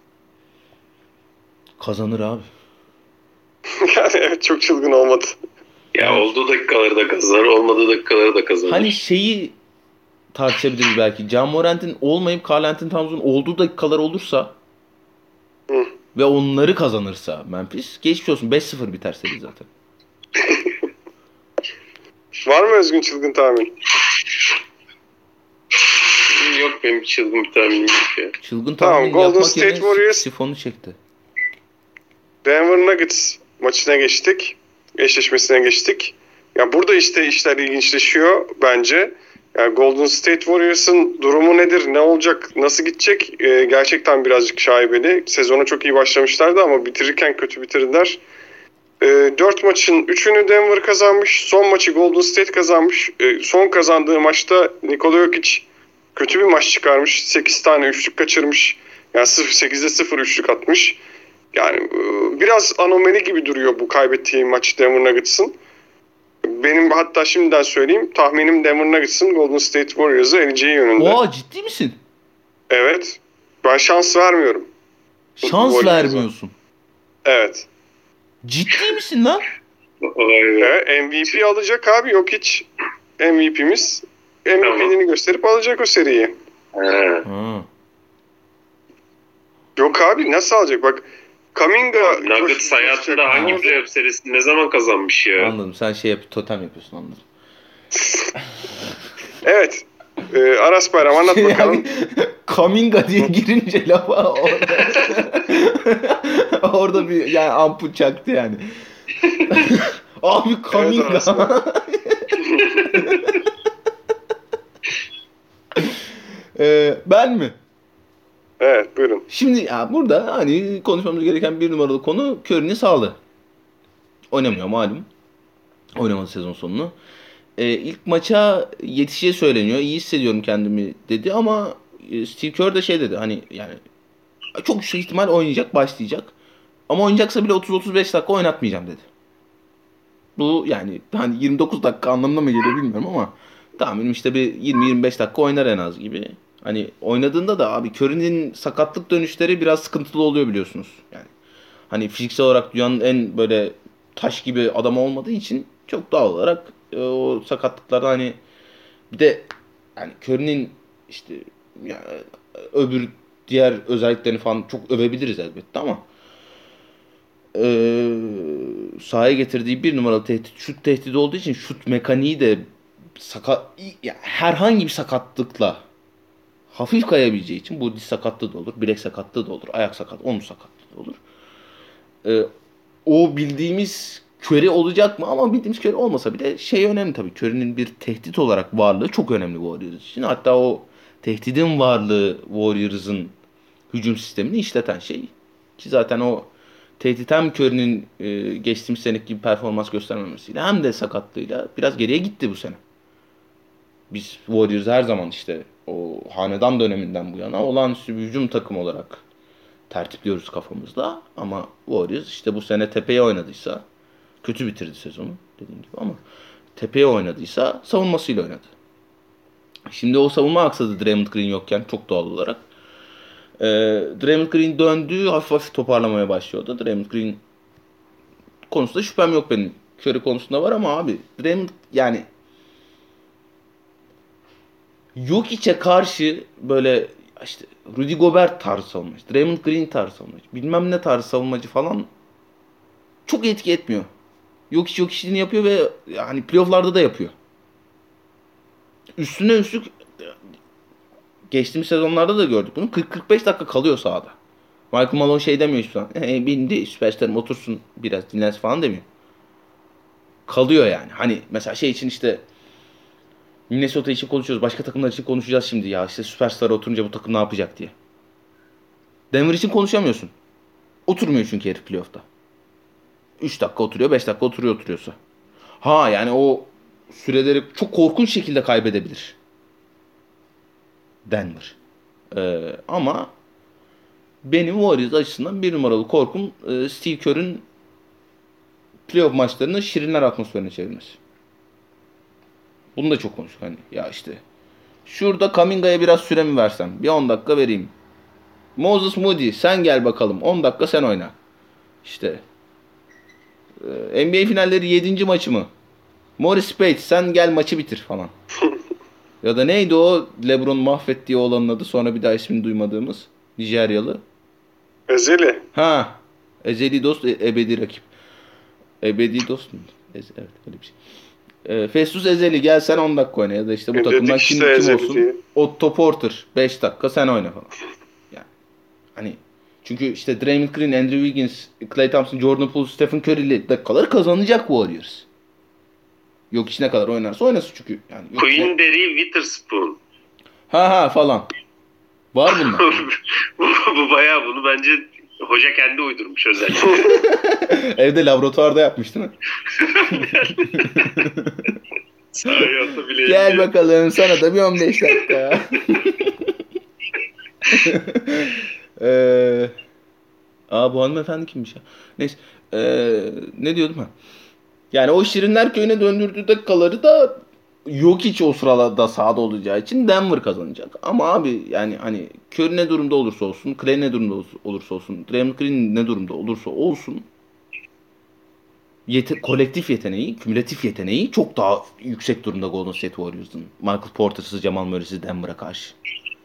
Kazanır abi. Yani evet, çok çılgın olmadı. Ya olduğu dakikaları da kazanır, olmadığı dakikaları da kazanır. Hani tartışabiliriz belki. Ja Morant'in olmayıp Karl Anthony Towns'un olduğu dakikalar olursa ve onları kazanırsa Memphis geçmiş olsun 5-0 biter seri zaten. Var mı Özgün çılgın tahmin? Yok, benim çılgın bir tahminim yok ya. Çılgın tahmin Golden yapmak State yerine Warriors sifonu çekti. Denver Nuggets maçına geçtik. Eşleşmesine geçtik. Ya burada işte işler ilginçleşiyor bence. Yani Golden State Warriors'ın durumu nedir? Ne olacak? Nasıl gidecek? Gerçekten birazcık şaibeli. Sezona çok iyi başlamışlardı ama bitirirken kötü bitirdiler. 4 maçın 3'ünü Denver kazanmış. Son maçı Golden State kazanmış. Son kazandığı maçta Nikola Jokic kötü bir maç çıkarmış. 8 tane üçlük kaçırmış. Yani 8'de 0 üçlük atmış. Yani biraz anomali gibi duruyor bu kaybettiği maç Denver Nuggets'ın. Benim hatta şimdiden söyleyeyim, tahminim Denver Nuggets'ın Golden State Warriors'ı eleyeceği yönünde. Oha, ciddi misin? Evet. Ben şans vermiyorum. Şans vermiyorsun. Evet. Ciddi misin lan? Evet, MVP alacak abi, yok hiç. MVP'miz MVP'liğini gösterip alacak o seriyi. Ha. Yok abi, nasıl alacak? Bak, Kuminga Nuggets hayatında hangi playoff serisini ne zaman kazanmış ya? Anladım. Sen totem yapıyorsun, anladım. Evet. Aras Bayram, anlat bakalım. Kuminga diye girince lafa orada bir yani ampul çaktı yani. Abi Kuminga. Ben mi? Evet, buyurun. Şimdi ya burada hani konuşmamız gereken bir numaralı konu Curry'nin sağlığı. Oynamıyor malum. Oynamadı sezon sonunu. İlk maça yetişeceği söyleniyor. İyi hissediyorum kendimi dedi ama Steve Kerr de dedi hani yani çok yüksek ihtimal oynayacak, başlayacak. Ama oynayacaksa bile 30-35 dakika oynatmayacağım dedi. Bu yani hani 29 dakika anlamına mı geliyor bilmiyorum ama tahminim işte bir 20-25 dakika oynar en az gibi. Hani oynadığında da abi Curry'nin sakatlık dönüşleri biraz sıkıntılı oluyor biliyorsunuz. Yani hani fiziksel olarak dünyanın en böyle taş gibi adam olmadığı için çok doğal olarak o sakatlıklarda hani bir de yani Curry'nin işte yani öbür diğer özelliklerini falan çok övebiliriz elbette ama sahaya getirdiği bir numaralı tehdit şut tehdidi olduğu için şut mekaniği de yani herhangi bir sakatlıkla hafif kayabileceği için bu diz sakatlığı da olur, bilek sakatlığı da olur, ayak sakatlığı, omuz sakatlığı da olur. o bildiğimiz Curry olacak mı? Ama bildiğimiz Curry olmasa bile şey önemli tabii. Curry'nin bir tehdit olarak varlığı çok önemli Warriors için. Hatta o tehdidin varlığı Warriors'ın hücum sistemini işleten şey. Ki zaten o tehdit hem Curry'nin geçtiğimiz seneki gibi performans göstermemesiyle hem de sakatlığıyla biraz geriye gitti bu sene. Biz Warriors her zaman işte o hanedan döneminden bu yana olağanüstü bir hücum takımı olarak tertipliyoruz kafamızda. Ama Warriors işte bu sene tepeye oynadıysa, kötü bitirdi sezonu dediğim gibi ama tepeye oynadıysa savunmasıyla oynadı. Şimdi o savunma aksadı Draymond Green yokken çok doğal olarak. Draymond Green döndü, hafif hafif toparlamaya başlıyordu. Draymond Green konusunda şüphem yok benim. Curry konusunda var ama abi Draymond yani Jokic'e karşı böyle işte Rudy Gobert tarzı savunmacı, Draymond Green tarzı savunmacı, bilmem ne tarzı savunmacı falan çok etki etmiyor. Jokic'ini yapıyor ve yani playoff'larda da yapıyor. Üstüne üstlük geçtiğimiz sezonlarda da gördük bunu. 40-45 dakika kalıyor sahada. Michael Malone şey demiyor hiçbir zaman. Bindi süperstarım otursun biraz dinlensin falan demiyor. Kalıyor yani. Hani mesela şey için işte Minnesota için konuşuyoruz. Başka takımlar için konuşacağız şimdi. Ya işte süperstar oturunca bu takım ne yapacak diye. Denver için konuşamıyorsun. Oturmuyor çünkü herif playoff'ta. 3 dakika oturuyor, 5 dakika oturuyorsa. Ha yani o süreleri çok korkunç şekilde kaybedebilir. Denver. Ama benim Warriors açısından bir numaralı korkum Steve Kerr'ün playoff maçlarını şirinler atmosferine çevirmesi. Bunu da çok konuştuk hani ya işte. Şurada Kaminga'ya biraz süre mi versem? Bir 10 dakika vereyim. Moses Moody sen gel bakalım. 10 dakika sen oyna. İşte NBA finalleri 7. maçı mı? Morris Bates sen gel maçı bitir falan. Ya da neydi o LeBron mahvettiği oğlanın adı sonra bir daha ismini duymadığımız Nijeryalı. Ezeli. Ha. Ezeli dost ebedi rakip. Ebedi dost mu? Evet öyle bir şey. Festus Ezeli gel sen 10 dakika oyna ya da işte bu takımdan kim olsun. Diye. Otto Porter 5 dakika sen oyna falan. Yani hani çünkü işte Draymond Green, Andrew Wiggins, Klay Thompson, Jordan Poole, Stephen Curry'li dakikaları kazanacak Warriors. Yok içine kadar oynarsa oynasın çünkü. Yani Quinndary Witherspoon. Ha falan. Var bunlar. bu bayağı bunu bence hoca kendi uydurmuş özellikle. Evde laboratuvarda yapmış değil mi? Gel bakalım sana da bir 15 dakika. Bu hanımefendi kimmiş ya? Neyse. Ne diyordum ha? Yani o Şirinler Köyü'ne döndürdüğü dakikaları da Jokic o sırada sahada olacağı için Denver kazanacak. Ama abi yani hani Curry ne durumda olursa olsun, Clay ne durumda olursa olsun, Draymond Green ne durumda olursa olsun kolektif yeteneği, kümülatif yeteneği çok daha yüksek durumda Golden State Warriors'ın. Michael Porter'sız, Jamal Murray'siz Denver'a karşı.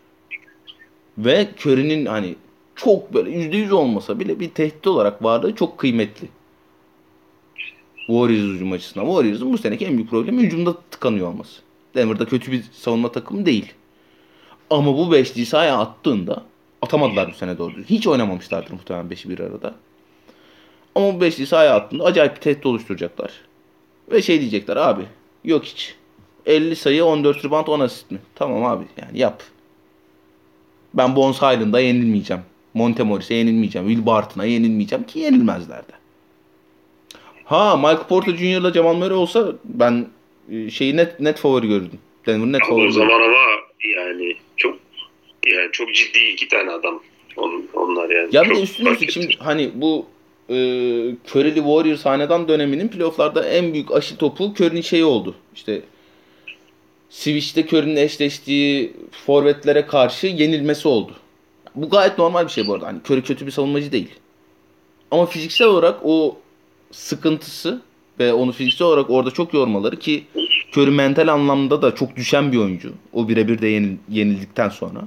Ve Curry'nin hani çok böyle %100 olmasa bile bir tehdit olarak varlığı çok kıymetli. Warriors hücum açısından. Warriors'ın bu seneki en büyük problemi hücumda tıkanıyor olması. Denver'da kötü bir savunma takımı değil. Ama bu beşliği sahaya attığında atamadılar bu sene doğru. Hiç oynamamışlardır muhtemelen beşi bir arada. Ama bu beşliği sahaya attığında acayip bir tehdit oluşturacaklar. Ve şey diyecekler abi yok hiç. 50 sayı 14 rebound 10 asist mi? Tamam abi yani yap. Ben Bones Highland'a yenilmeyeceğim. Montemoris'e yenilmeyeceğim. Will Barton'a yenilmeyeceğim ki yenilmezler de. Ha Michael Porter Jr.'la Jamal Murray olsa ben şeyi net favori gördüm. Denver net favori. O zaman ama yani çok ciddi iki tane adam onlar yani. Ya bir de üstüne üstlük şimdi hani bu Curry'li Warriors hanedan döneminin playoff'larda en büyük aşı topu Curry'nin şeyi oldu. İşte Switch'te Curry'nin eşleştiği forvetlere karşı yenilmesi oldu. Bu gayet normal bir şey bu arada. Hani Curry kötü bir savunmacı değil. Ama fiziksel olarak o sıkıntısı ve onu fiziksel olarak orada çok yormaları ki Curry mental anlamda da çok düşen bir oyuncu. O birebir de yenildikten sonra.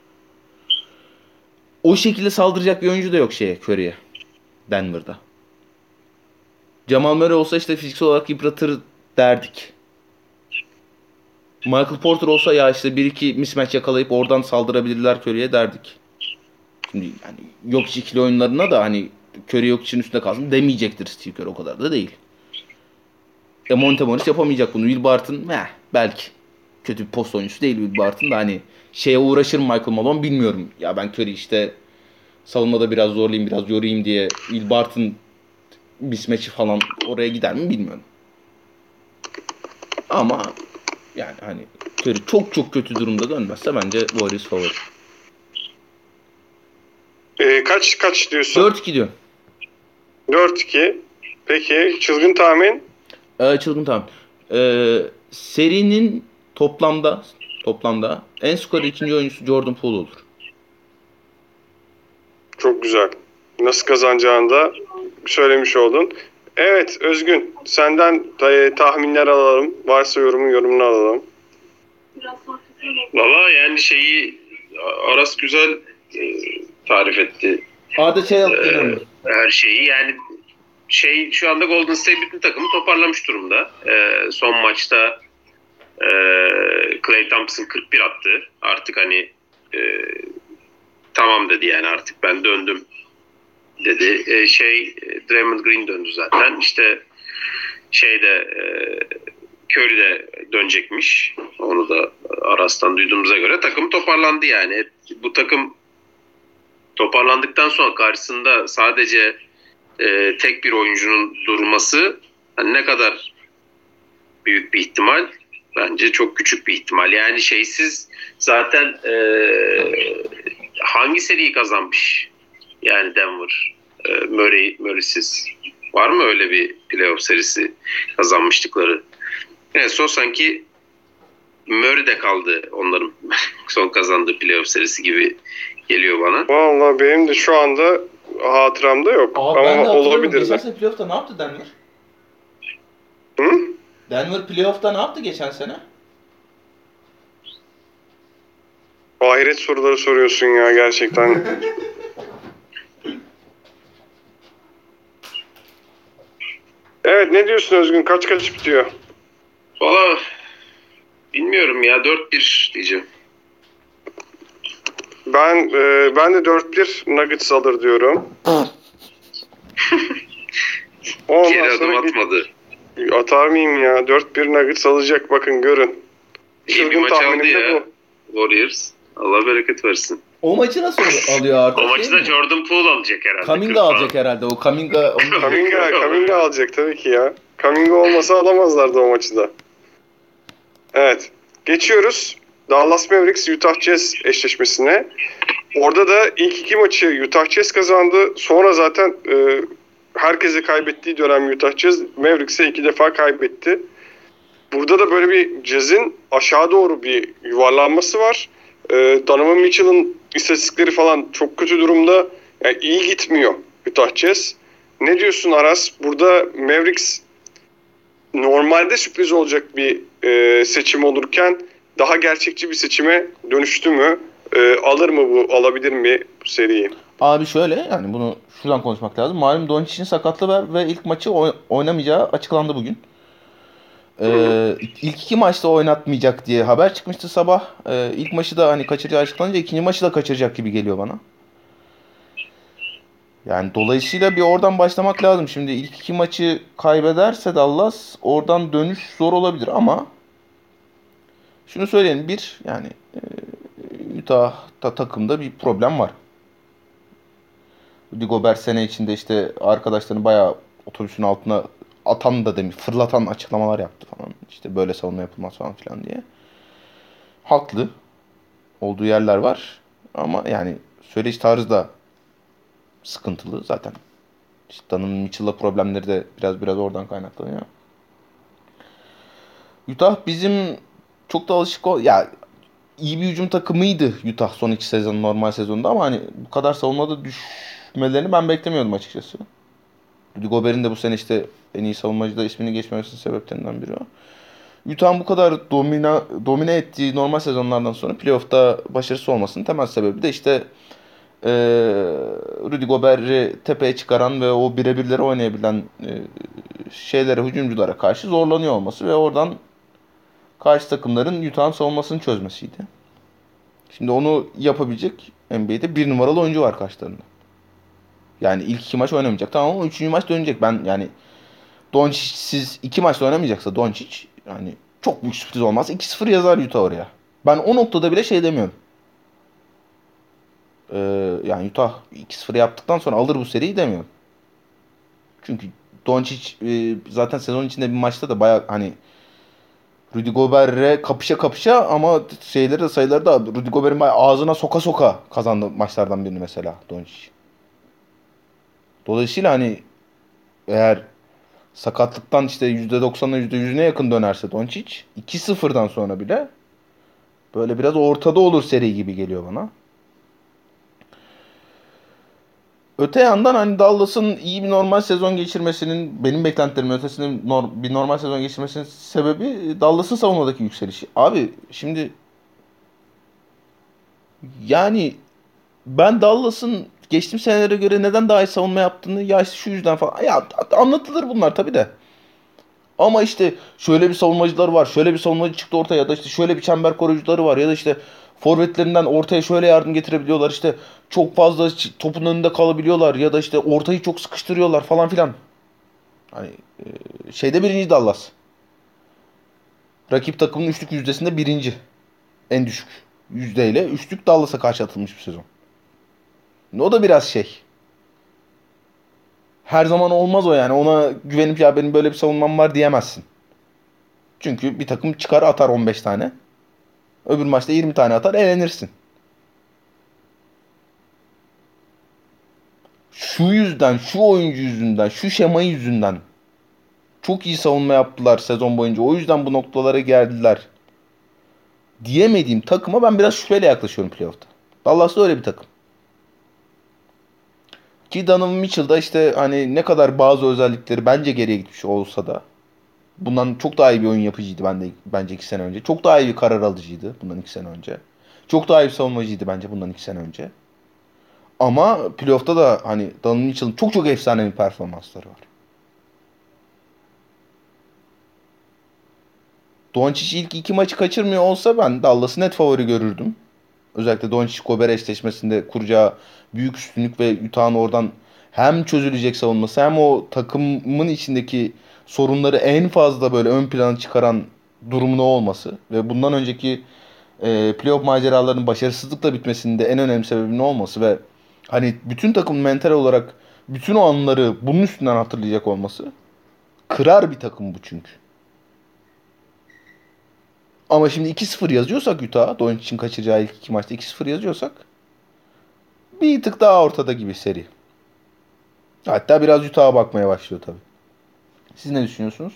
O şekilde saldıracak bir oyuncu da yok Curry'e. Denver'da. Jamal Murray olsa işte fiziksel olarak yıpratır derdik. Michael Porter olsa ya işte 1-2 mismatch yakalayıp oradan saldırabilirler Curry'e derdik. Şimdi yani yok ikili oyunlarına da hani Curry yok için üstünde kalsın demeyecektir Steve Kerr, o kadar da değil. Monte Morris yapamayacak bunu. Will Barton belki. Kötü bir post oyuncusu değil Will Barton da, hani şeye uğraşır mı Michael Malone bilmiyorum. Ya ben Curry işte savunmada biraz zorlayayım, biraz yorayım diye Will Barton mismatch'i falan oraya gider mi bilmiyorum. Ama yani hani Curry çok çok kötü durumda dönmezse bence Warriors favori. Kaç diyorsun? 4-2 diyorum. 4-2. Peki çılgın tahmin? Çılgın tahmin. Serinin toplamda en skorer ikinci oyuncusu Jordan Poole olur. Çok güzel. Nasıl kazanacağını da söylemiş oldun. Evet Özgün, senden tahminler alalım. Varsa yorumunu alalım. Valla yani Aras güzel tarif etti. Arda yaptı. Her şeyi yani şu anda Golden State bütün takımı toparlamış durumda. Son maçta Klay Thompson 41 attı. Artık hani tamam dedi, yani artık ben döndüm dedi. Draymond Green döndü zaten. İşte Curry de dönecekmiş. Onu da Aras'tan duyduğumuza göre takım toparlandı yani. Bu takım toparlandıktan sonra karşısında sadece tek bir oyuncunun durması hani ne kadar büyük bir ihtimal? Bence çok küçük bir ihtimal. Yani zaten hangi seriyi kazanmış? Yani Denver, Murray'siz. Var mı öyle bir playoff serisi kazanmıştıkları? En son sanki Murray'de kaldı onların son kazandığı playoff serisi gibi geliyor bana. Vallahi benim de şu anda hatıramda yok. Ama ben de olabilir de. Geçen sene playoff'ta ne yaptı Denver? Hı? Denver playoff'ta ne yaptı geçen sene? Ahiret soruları soruyorsun ya gerçekten. Evet, ne diyorsun Özgün? Kaç bitiyor? Valla bilmiyorum ya, 4-1 diyeceğim. Ben de 4-1 Nuggets alır diyorum. Geri adım atmadı. Atar mıyım ya? 4-1 Nuggets alacak, bakın görün. İyi bir maç aldı ya Warriors. Allah bereket versin. O maçı nasıl alıyor artık? O maçı da Jordan Poole alacak herhalde. Kuminga alacak herhalde. O Kuminga alacak tabii ki ya. Kuminga olmasa alamazlardı o maçı da. Evet. Geçiyoruz Dallas Mavericks Utah Jazz eşleşmesine. Orada da ilk iki maçı Utah Jazz kazandı. Sonra zaten herkese kaybettiği dönem Utah Jazz Mavericks'e 2 defa kaybetti. Burada da böyle bir Jazz'in aşağı doğru bir yuvarlanması var. Donovan Mitchell'ın istatistikleri falan çok kötü durumda. Yani iyi gitmiyor Utah Jazz. Ne diyorsun Aras? Burada Mavericks normalde sürpriz olacak bir seçim olurken daha gerçekçi bir seçime dönüştü mü? Alır mı alabilir mi bu seriyi? Abi şöyle, yani bunu şuradan konuşmak lazım. Malum Doncic'in sakatlığı var ve ilk maçı oynamayacağı açıklandı bugün. İlk iki maçta oynatmayacak diye haber çıkmıştı sabah. İlk maçı da hani kaçıracağı açıklanınca ikinci maçı da kaçıracak gibi geliyor bana. Yani dolayısıyla bir oradan başlamak lazım. Şimdi ilk iki maçı kaybederse Dallas oradan dönüş zor olabilir ama şunu söyleyelim, yani Utah'ta takımda bir problem var. Rudy Gobert sene içinde işte arkadaşlarını bayağı otobüsün altına atan da fırlatan açıklamalar yaptı falan. İşte böyle savunma yapılmaz falan filan diye. Haklı. Olduğu yerler var. Ama yani söyleyiş tarzı da sıkıntılı zaten. İşte Donovan Mitchell'la problemleri de biraz oradan kaynaklanıyor. Utah bizim çok da alışık ya iyi bir hücum takımıydı Utah son iki sezon normal sezonda ama hani bu kadar savunmada düşmelerini ben beklemiyordum açıkçası. Rudy Gobert'in de bu sene işte en iyi savunmacıda ismini geçmemesinin sebeplerinden biri o. Utah'ın bu kadar domine ettiği normal sezonlardan sonra playoff'ta başarısız olmasının temel sebebi de işte Rudy Gobert'i tepeye çıkaran ve o birebirleri oynayabilen hücumculara karşı zorlanıyor olması ve oradan karşı takımların Utah'ın savunmasını çözmesiydi. Şimdi onu yapabilecek NBA'de bir numaralı oyuncu var karşılarında. Yani ilk 2 maç oynamayacak. Tamam ama 3. maç dönecek. Ben yani Doncic'siz 2 maçta oynamayacaksa Doncic yani çok büyük sürpriz olmaz. 2-0 yazar Utah oraya. Ben o noktada bile şey demiyorum. Yani Utah 2-0 yaptıktan sonra alır bu seriyi demiyorum. Çünkü Doncic zaten sezon içinde bir maçta da baya hani Rudy Gobert'le kapışa kapışa ama şeyleri de sayıları da Rudy Gobert'in bayağı ağzına soka soka kazandı maçlardan birini mesela Doncic. Dolayısıyla hani eğer sakatlıktan işte %90'a %100'üne yakın dönerse Doncic 2-0'dan sonra bile böyle biraz ortada olur seri gibi geliyor bana. Öte yandan hani Dallas'ın iyi bir normal sezon geçirmesinin benim beklentilerimin ötesinde bir normal sezon geçirmesinin sebebi Dallas'ın savunmadaki yükselişi. Abi şimdi yani ben Dallas'ın geçtiğim senelere göre neden daha iyi savunma yaptığını ya işte şu yüzden falan. Ya anlatılır bunlar tabii de. Ama işte şöyle bir savunmacılar var. Şöyle bir savunmacı çıktı ortaya ya da işte şöyle bir çember koruyucuları var ya da işte forvetlerinden ortaya şöyle yardım getirebiliyorlar. İşte çok fazla topun önünde kalabiliyorlar ya da işte ortayı çok sıkıştırıyorlar falan filan. Hani şeyde birinci Dallas. Rakip takımın üçlük yüzdesinde birinci. En düşük yüzdeyle üçlük Dallas'a karşı atılmış bir sezon. O da biraz şey. Her zaman olmaz o yani. Ona güvenip ya benim böyle bir savunmam var diyemezsin. Çünkü bir takım çıkar atar 15 tane. Öbür maçta 20 tane atar elenirsin. Şu yüzden, şu oyuncu yüzünden, şu şema yüzünden çok iyi savunma yaptılar sezon boyunca. O yüzden bu noktalara geldiler diyemediğim takıma ben biraz şüpheyle yaklaşıyorum playoff'ta. Dallas da öyle bir takım. Ki Donovan Mitchell da işte hani ne kadar bazı özellikleri bence geriye gitmiş olsa da bundan çok daha iyi bir oyun yapıcıydı bence 2 sene önce. Çok daha iyi bir karar alıcıydı bundan 2 sene önce. Çok daha iyi bir savunmacıydı bence bundan 2 sene önce. Ama playoff'ta da hani Donovan Mitchell'ın çok çok efsane bir performansları var. Doncic ilk 2 maçı kaçırmıyor olsa ben Dallas'ı net favori görürdüm. Özellikle Doncic-Gobert eşleşmesinde kuracağı büyük üstünlük ve Utah'ın oradan hem çözülecek savunması hem o takımın içindeki sorunları en fazla böyle ön plana çıkaran durumun o olması ve bundan önceki playoff maceralarının başarısızlıkla bitmesinin de en önemli sebebinin olması ve hani bütün takım mental olarak bütün o anları bunun üstünden hatırlayacak olması kırar bir takım bu çünkü. Ama şimdi 2-0 yazıyorsak Utah, Doncic'in kaçıracağı ilk 2 maçta 2-0 yazıyorsak bir tık daha ortada gibi seri. Hatta biraz Utah'a bakmaya başlıyor tabii. Siz ne düşünüyorsunuz?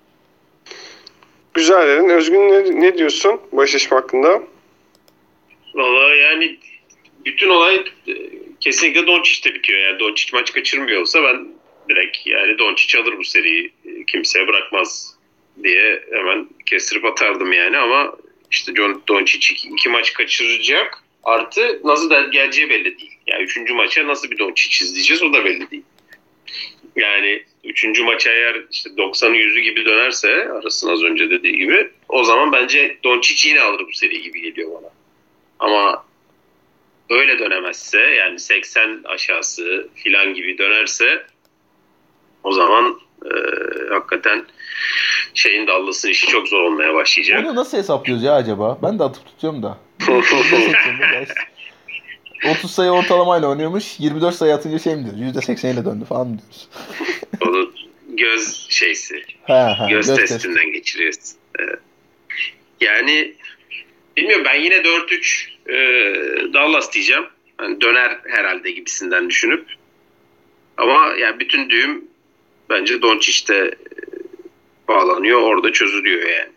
Güzel dedin. Özgün ne diyorsun bu eşleşme hakkında? Valla yani bütün olay kesinlikle Doncic'te bitiyor. Yani Doncic maç kaçırmıyor olsa ben direkt yani Doncic alır bu seriyi. Kimseye bırakmaz diye hemen kestirip atardım yani ama işte Doncic 2 maç kaçıracak. Artı nasıl da geleceği belli değil. Yani 3. maça nasıl bir Doncic izleyeceğiz o da belli değil. Yani 3. maça eğer işte 90'ı 100'ü gibi dönerse arasın az önce dediği gibi o zaman bence Doncic yine alır bu seri gibi geliyor bana. Ama öyle dönemezse yani 80 aşağısı filan gibi dönerse o zaman hakikaten şeyin Dallas'ın işi çok zor olmaya başlayacak. Onu nasıl hesaplıyoruz ya acaba? Ben de atıp tutuyorum da. %80'de işte 30 sayı ortalamayla oynuyormuş. 24 sayı atınca şey mi diyoruz? %80 ile döndü falan mı diyoruz? Onu göz şeysi, göz göz testinden testi. geçiriyoruz. Yani bilmiyorum ben yine 4-3 Dallas diyeceğim. Yani döner herhalde gibisinden düşünüp. Ama yani bütün düğüm bence Doncic'te bağlanıyor. Orada çözülüyor yani.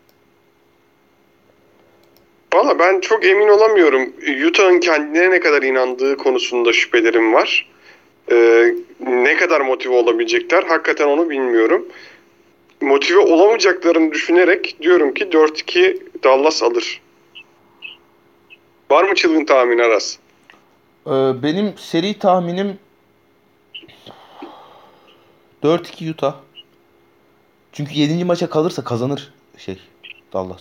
Valla ben çok emin olamıyorum. Utah'ın kendine ne kadar inandığı konusunda şüphelerim var. Ne kadar motive olabilecekler hakikaten onu bilmiyorum. Motive olamayacaklarını düşünerek diyorum ki 4-2 Dallas alır. Var mı çılgın tahmin Aras? Benim seri tahminim 4-2 Utah. Çünkü 7. maça kalırsa kazanır Dallas.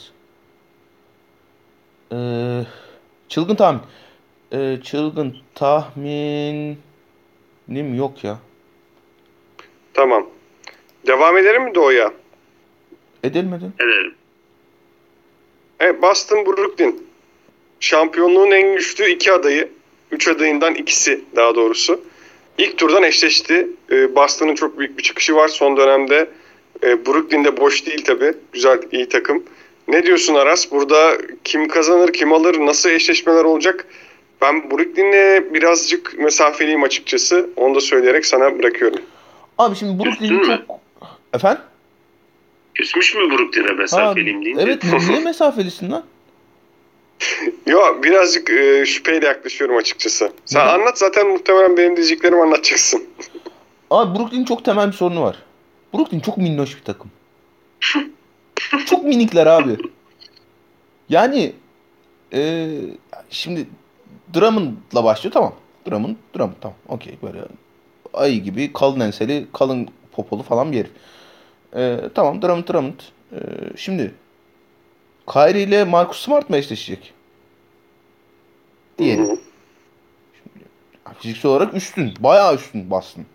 Ee, çılgın tahmin. Çılgın tahmin Nim yok ya. Tamam. Devam edelim mi Doğu'ya? Edelim hadi. Ederim. Evet, Boston Brooklyn. Şampiyonluğun en güçlü iki adayı. 3 adayından ikisi daha doğrusu. İlk turdan eşleşti. Boston'ın çok büyük bir çıkışı var son dönemde. Brooklyn'de boş değil tabii. Güzel, iyi takım. Ne diyorsun Aras? Burada kim kazanır, kim alır, nasıl eşleşmeler olacak? Ben Brooklyn'le birazcık mesafeliyim açıkçası. Onu da söyleyerek sana bırakıyorum. Abi şimdi Brooklyn Üstün mü? çok... Efendim? Küsmüş mü Brooklyn'e mesafeliyim deyince? Evet, niye mesafelisin lan? Yo, birazcık şüpheyle yaklaşıyorum açıkçası. Sen Neden? anlat, zaten muhtemelen benim diyeceklerimi anlatacaksın. Abi Brooklyn'in çok temel bir sorunu var. Brooklyn çok minnoş bir takım. Çok minikler abi. Yani şimdi Drummond'la başlıyor, tamam. Drummond tamam. Okey, böyle ayı gibi kalın enseli, kalın popolu falan bir herif. Tamam, Drummond. Şimdi Kyrie ile Marcus Smart mı eşleşecek? Diyelim. Hı. Fiziksel olarak üstün. Bayağı üstün Boston.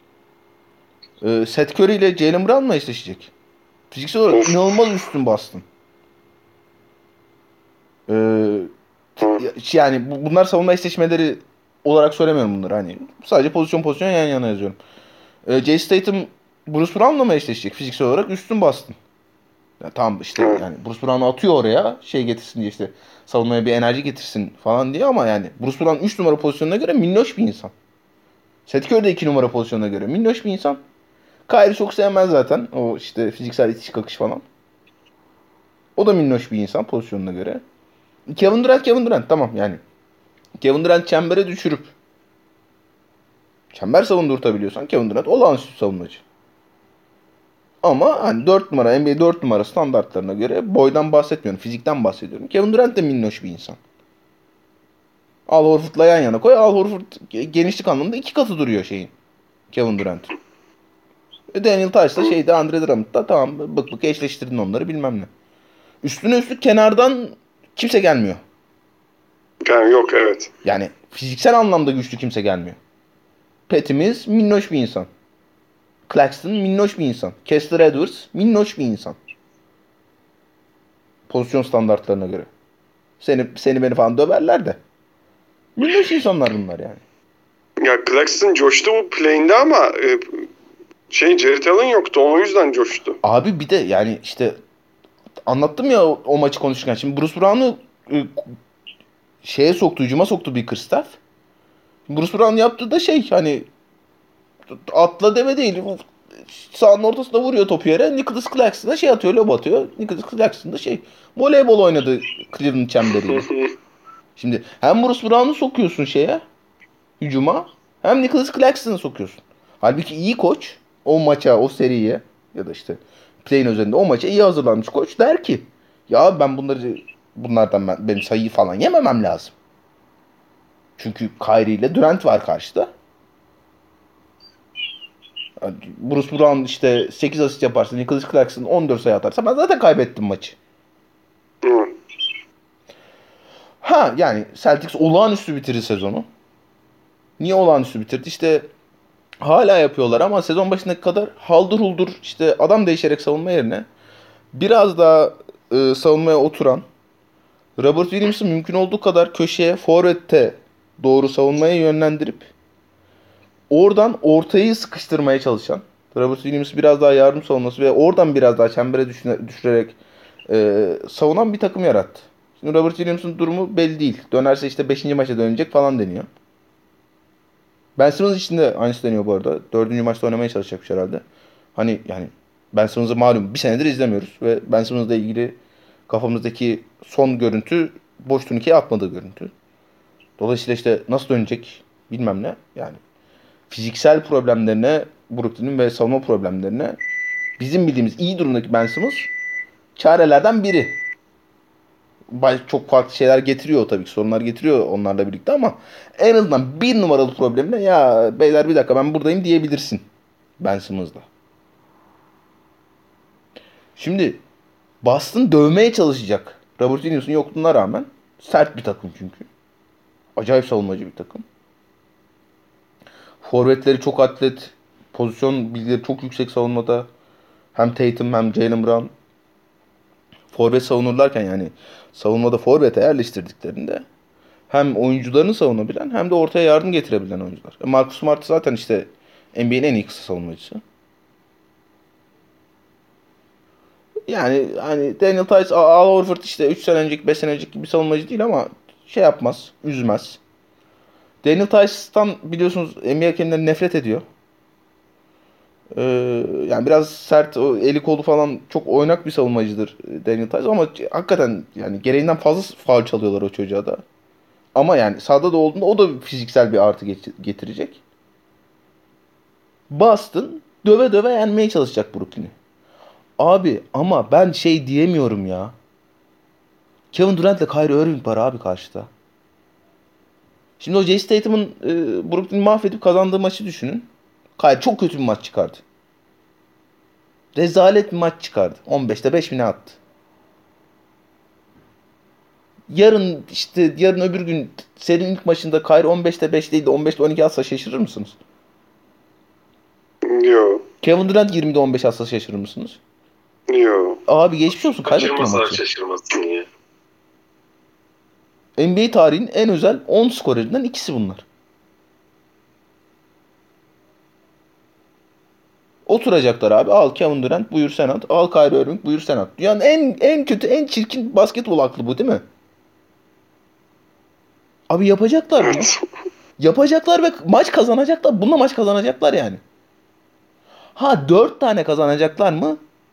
Seth Curry ile Jaylen Brown mı eşleşecek? Fiziksel olarak Of. inanılmaz üstün Boston. Ee, Yani bunlar savunma eşleşmeleri olarak söylemiyorum bunları. Hani sadece pozisyon yan yana yazıyorum. Jay Statham Bruce Brown'la mı eşleşecek? Fiziksel olarak üstün Boston. Ya tamam işte, yani Bruce Brown'u atıyor oraya şey getirsin diye, işte savunmaya bir enerji getirsin falan diye, ama yani Bruce Brown 3 numara pozisyonuna göre minnoş bir insan. Seth Curry de 2 numara pozisyonuna göre minnoş bir insan. Kyrie çok sevmez zaten. O işte fiziksel itiş kakış falan. O da minnoş bir insan pozisyonuna göre. Kevin Durant tamam yani. Kevin Durant çembere düşürüp çember savundurtabiliyorsan Kevin Durant olağanüstü savunmacı. Ama hani 4 numara, NBA 4 numara standartlarına göre, boydan bahsetmiyorum, fizikten bahsediyorum. Kevin Durant de minnoş bir insan. Al Horford'la yan yana koy. Al Horford genişlik anlamında 2 katı duruyor şeyin. Kevin Durant. Daniel Tice'la şeyde, Andre Drummond'da tamam, bık eşleştirdin onları bilmem ne. Üstüne üstlük kenardan kimse gelmiyor. Yani yok, evet. Yani fiziksel anlamda güçlü kimse gelmiyor. Pat'imiz minnoş bir insan. Claxton minnoş bir insan. Kessler Edwards minnoş bir insan. Pozisyon standartlarına göre. Seni beni falan döverler de. Minnoş insanlar bunlar yani. Ya Claxton coştu bu play'inde ama Jared Allen yoktu. O yüzden coştu. Abi bir de yani işte anlattım ya o maçı konuşurken. Şimdi Bruce Brown'u hücuma soktu Bickerstaff. Bruce Brown yaptığı da hani atla deme değil. Sahanın ortasında vuruyor topu yere. Nicholas Claxton'a atıyor, lob atıyor. Nicholas Claxton da voleybol oynadı Cleveland çemberiyle. Şimdi hem Bruce Brown'u sokuyorsun hücuma, hem Nicholas Claxton'ı sokuyorsun. Halbuki iyi koç o maça, o seriye ya da işte play'in üzerinde o maça iyi hazırlanmış koç der ki, ya ben bunlardan benim sayıyı falan yememem lazım. Çünkü Kyrie ile Durant var karşıda. Yani Bruce Brown 8 asist yaparsa, Nicholas Claxton 14 sayı atarsa ben zaten kaybettim maçı. Yani Celtics olağanüstü bitirir sezonu. Niye olağanüstü bitirdi? İşte hala yapıyorlar ama sezon başındaki kadar haldır huldur adam değişerek savunma yerine biraz daha savunmaya oturan, Robert Williams'ı mümkün olduğu kadar köşeye, forvette doğru savunmaya yönlendirip oradan ortayı sıkıştırmaya çalışan, Robert Williams'ı biraz daha yardım savunması ve oradan biraz daha çembere düşürerek savunan bir takım yarattı. Şimdi Robert Williams'ın durumu belli değil. Dönerse 5. maça dönecek falan deniyor. Ben Simmons için de aynısı deniyor bu arada. 4. maçta oynamaya çalışacakmış herhalde. Hani yani Ben Simmons'ı malum bir senedir izlemiyoruz. Ve Ben Simmons'la ilgili kafamızdaki son görüntü boş turnikeye atmadığı görüntü. Dolayısıyla nasıl dönecek bilmem ne. Yani fiziksel problemlerine, Brooklyn'in ve savunma problemlerine bizim bildiğimiz iyi durumdaki Ben Simmons çarelerden biri. Çok farklı şeyler getiriyor tabii ki. Sorunlar getiriyor onlarla birlikte ama en azından bir numaralı problemine, ya beyler bir dakika ben buradayım diyebilirsin Ben Simmons'la. Şimdi Boston dövmeye çalışacak. Robert Williams'ın yokluğuna rağmen sert bir takım çünkü. Acayip savunmacı bir takım. Forvetleri çok atlet. Pozisyon bilgileri çok yüksek savunmada. Hem Tatum hem Jaylen Brown. Forvet savunurlarken yani savunmada forvete yerleştirdiklerinde hem oyuncularını savunabilen hem de ortaya yardım getirebilen oyuncular. Marcus Smart zaten işte NBA'nin en iyi kısa savunmacısı. Yani hani Daniel Theis, Al Horford işte 3 sene önceki 5 sene önceki bir savunmacı değil ama şey yapmaz, üzmez. Daniel Theis'tan biliyorsunuz NBA hakemleri nefret ediyor. Yani biraz sert, o eli kolu falan çok oynak bir savunmacıdır Daniel Theis ama hakikaten yani gereğinden fazla faul çalıyorlar o çocuğa da. Ama yani sahada da olduğunda o da fiziksel bir artı getirecek. Boston döve döve yenmeye çalışacak Brooklyn'i. Abi ama ben şey diyemiyorum ya. Kevin Durant ile Kyrie Irving var abi karşıda. Şimdi o Jason Tatum'un Brooklyn'i mahvedip kazandığı maçı düşünün. Kyrie çok kötü bir maç çıkardı. Rezalet bir maç çıkardı. 15'te 5 mi ne attı? Yarın öbür gün serinin ilk maçında Kyrie 15'te 5 değil de 15'te 12 atsa şaşırır mısınız? Yok. Kevin Durant 20'de 15 atsa şaşırır mısınız? Yok. Abi geçmiş olsun, kaybettin o Kaçırmasalar maçı. şaşırmazsın ya. NBA tarihinin en özel 10 skorerinden ikisi bunlar. Oturacaklar abi. Al Kevin Durant, buyur sen at. Al Kyrie Irving, buyur sen at. Dünyanın en kötü, en çirkin basketbol aklı bu değil mi? Abi yapacaklar bunu. Yapacaklar ve maç kazanacaklar. Bununla maç kazanacaklar yani. Ha 4 tane kazanacaklar mı?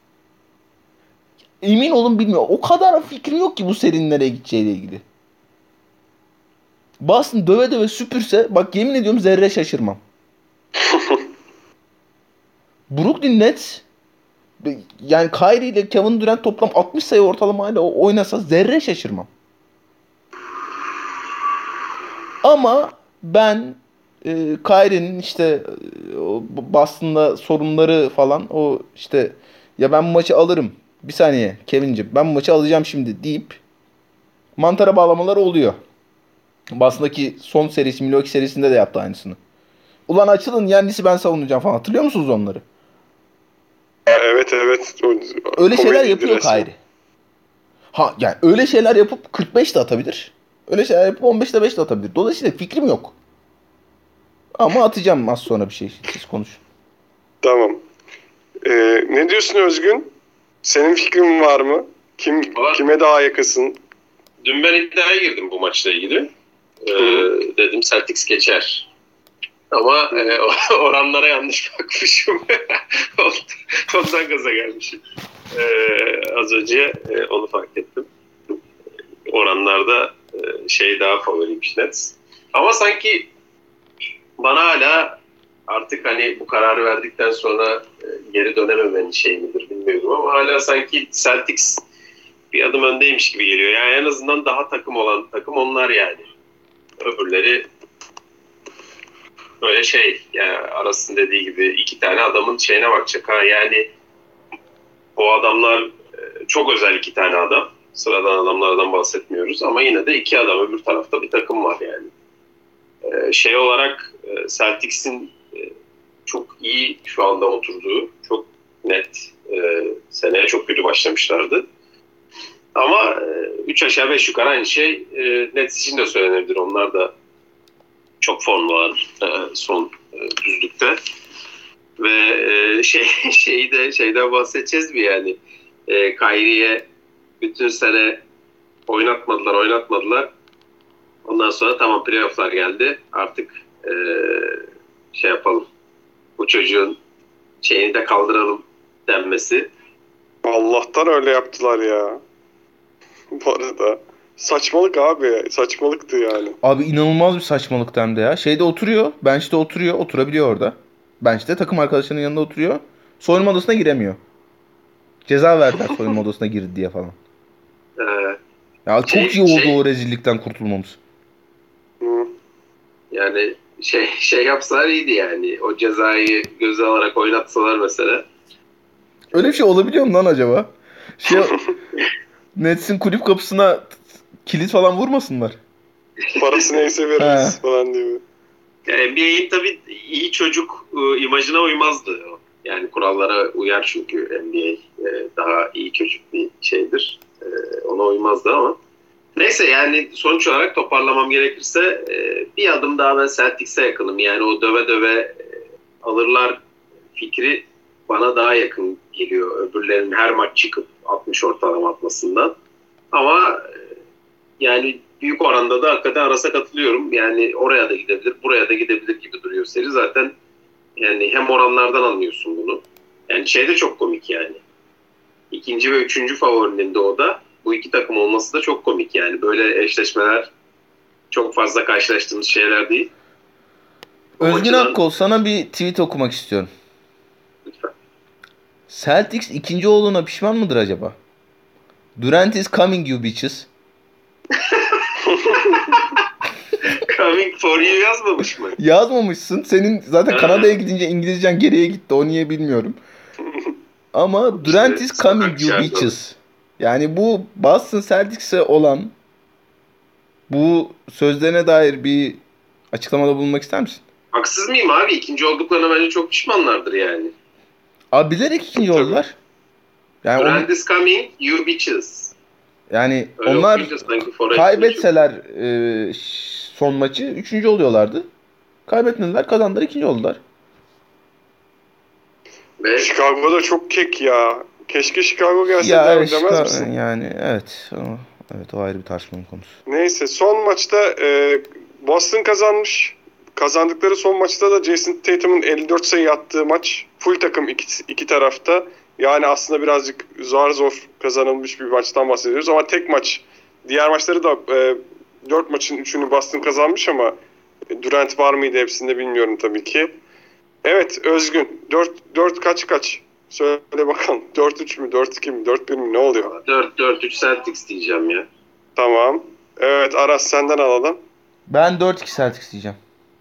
Emin olun bilmiyorum. O kadar fikrim yok ki bu serinin nereye gideceğiyle ilgili. Boston döve döve süpürse bak yemin ediyorum zerre şaşırmam. Brooklyn Nets yani Kyrie ile Kevin Durant toplam 60 sayı ortalamayla oynasa zerre şaşırmam. Ama ben Kyrie'nin işte Boston'da sorunları falan o işte ya ben bu maçı alırım. Bir saniye Kevin'cim ben bu maçı alacağım şimdi deyip mantara bağlamaları oluyor. Boston'daki son serisi Milwaukee serisinde de yaptı aynısını. Ulan açılın kendisi ben savunacağım falan. Hatırlıyor musunuz onları? Evet. Öyle şeyler Komediydi yapıyor resmen. Kyrie. Ha yani öyle şeyler yapıp 45 de atabilir. Öyle şeyler yapıp 15'te 5 de atabilir. Dolayısıyla fikrim yok. Ama atacağım az sonra bir şey. Siz konuşun. Tamam. Ne diyorsun Özgün? Senin fikrin var mı? Var. Kime daha yakasın? Dün ben iddiaya girdim bu maçla ilgili. Dedim Celtics geçer. Ama oranlara yanlış bakmışım. Ondan gaza gelmişim. Az önce onu fark ettim. Oranlarda daha favoriymiş Nets. Ama sanki bana hala artık hani bu kararı verdikten sonra geri dönememenin şey midir bilmiyorum ama hala sanki Celtics bir adım öndeymiş gibi geliyor. Yani en azından daha takım olan takım onlar yani. Öbürleri böyle yani Aras'ın dediği gibi iki tane adamın şeyine bakacak. Ha yani o adamlar çok özel iki tane adam. Sıradan adamlardan bahsetmiyoruz ama yine de iki adam öbür tarafta bir takım var yani. Olarak Celtics'in çok iyi şu anda oturduğu, çok net seneye çok kötü başlamışlardı. Ama 3 aşağı 5 yukarı aynı şey Nets için de söylenebilir. Onlar da çok formlular son düzlükte. Ve şeyden bahsedeceğiz mi yani? Kyrie'ye bütün sene oynatmadılar. Ondan sonra tamam playoff'lar geldi. Artık yapalım. Bu çocuğun şeyini de kaldıralım denmesi. Allah'tan öyle yaptılar ya. Bu arada. Saçmalık abi. Saçmalıktı yani. Abi inanılmaz bir saçmalık hem de ya. Şeyde oturuyor. Bench'te oturuyor. Oturabiliyor orada. Bench'te takım arkadaşlarının yanında oturuyor. Soyunma odasına giremiyor. Ceza verdiler soyunma odasına girdi diye falan. Ya çok iyi oldu o rezillikten kurtulmamız. Hı. Yani yapsalar iyiydi yani. O cezayı göze alarak oynatsalar mesela. Öyle bir şey olabiliyor mu lan acaba? Nets'in kulüp kapısına kilit falan vurmasınlar. Parası neyse veririz falan diye. Yani NBA'in tabii iyi çocuk imajına uymazdı o. Yani kurallara uyar çünkü NBA daha iyi çocuk bir şeydir. Ona uymazdı ama. Neyse yani sonuç olarak toparlamam gerekirse bir adım daha ben Celtics'e yakınım. Yani o döve döve alırlar fikri bana daha yakın geliyor. Öbürlerinin her maç çıkıp 60 ortalama atmasından. Ama yani büyük oranda da hakikaten Aras'a katılıyorum. Yani oraya da gidebilir, buraya da gidebilir gibi duruyor seri. Zaten yani hem oranlardan anlıyorsun bunu. Yani şey de çok komik yani. İkinci ve üçüncü favorinin de o da. Bu iki takım olması da çok komik yani. Böyle eşleşmeler çok fazla karşılaştığımız şeyler değil. Özgün Akkol, sana bir tweet okumak istiyorum. Lütfen. Celtics ikinci olduğuna pişman mıdır acaba? Durant is coming you bitches. Coming for you yazmamış mı? Yazmamışsın. Senin zaten Kanada'ya gidince İngilizcen geriye gitti. O niye bilmiyorum. Ama Durant is coming you bitches. Yani bu Boston Celtics'e olan bu sözlerine dair bir açıklamada bulunmak ister misin? Haksız mıyım abi? İkinci olduklarına bence çok pişmanlardır yani. Abi bilerek ikinci oldular. Yani Durant is coming, you bitches. Yani öyle onlar kaybetseler son maçı 3. oluyorlardı. Kaybetmediler, kazandılar, 2. oldular. Ve Chicago'da çok kek ya. Keşke Chicago gelse ya demez misin? Yani evet. Evet, o ayrı bir tartışmanın konusu. Neyse, son maçta Boston kazanmış. Kazandıkları son maçta da Jason Tatum'un 54 sayı attığı maç. Full takım iki tarafta. Yani aslında birazcık zor kazanılmış bir maçtan bahsediyoruz. Ama tek maç. Diğer maçları da 4 maçın 3'ünü Boston kazanmış ama Durant var mıydı hepsinde bilmiyorum tabii ki. Evet Özgün. 4 kaç? Söyle bakalım. 4-3 mü? 4-2 mi? 4-1 mi? Ne oluyor? 4-4-3 Celtics diyeceğim ya. Tamam. Evet Aras, senden alalım. Ben 4-2 Celtics diyeceğim.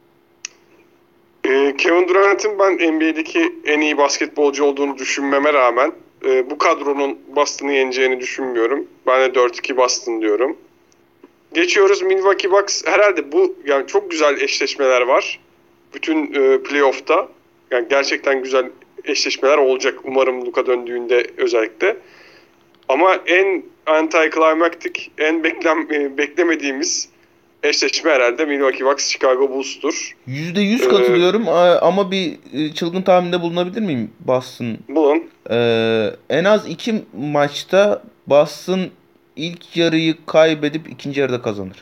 Kevin Durant'in ben NBA'deki en iyi basketbolcu olduğunu düşünmeme rağmen bu kadronun Boston'ı yeneceğini düşünmüyorum. Ben de 4-2 Boston diyorum. Geçiyoruz Milwaukee Bucks. Herhalde bu yani çok güzel eşleşmeler var. Bütün playoff'ta. Yani gerçekten güzel eşleşmeler olacak umarım Luka döndüğünde özellikle. Ama en anti-climactic, en beklemediğimiz eşleşme herhalde Milwaukee Bucks Chicago Bulls'tur. %100 katılıyorum ama bir çılgın tahminde bulunabilir miyim Boston? Bulun. En az 2 maçta Boston ilk yarıyı kaybedip ikinci yarıda kazanır.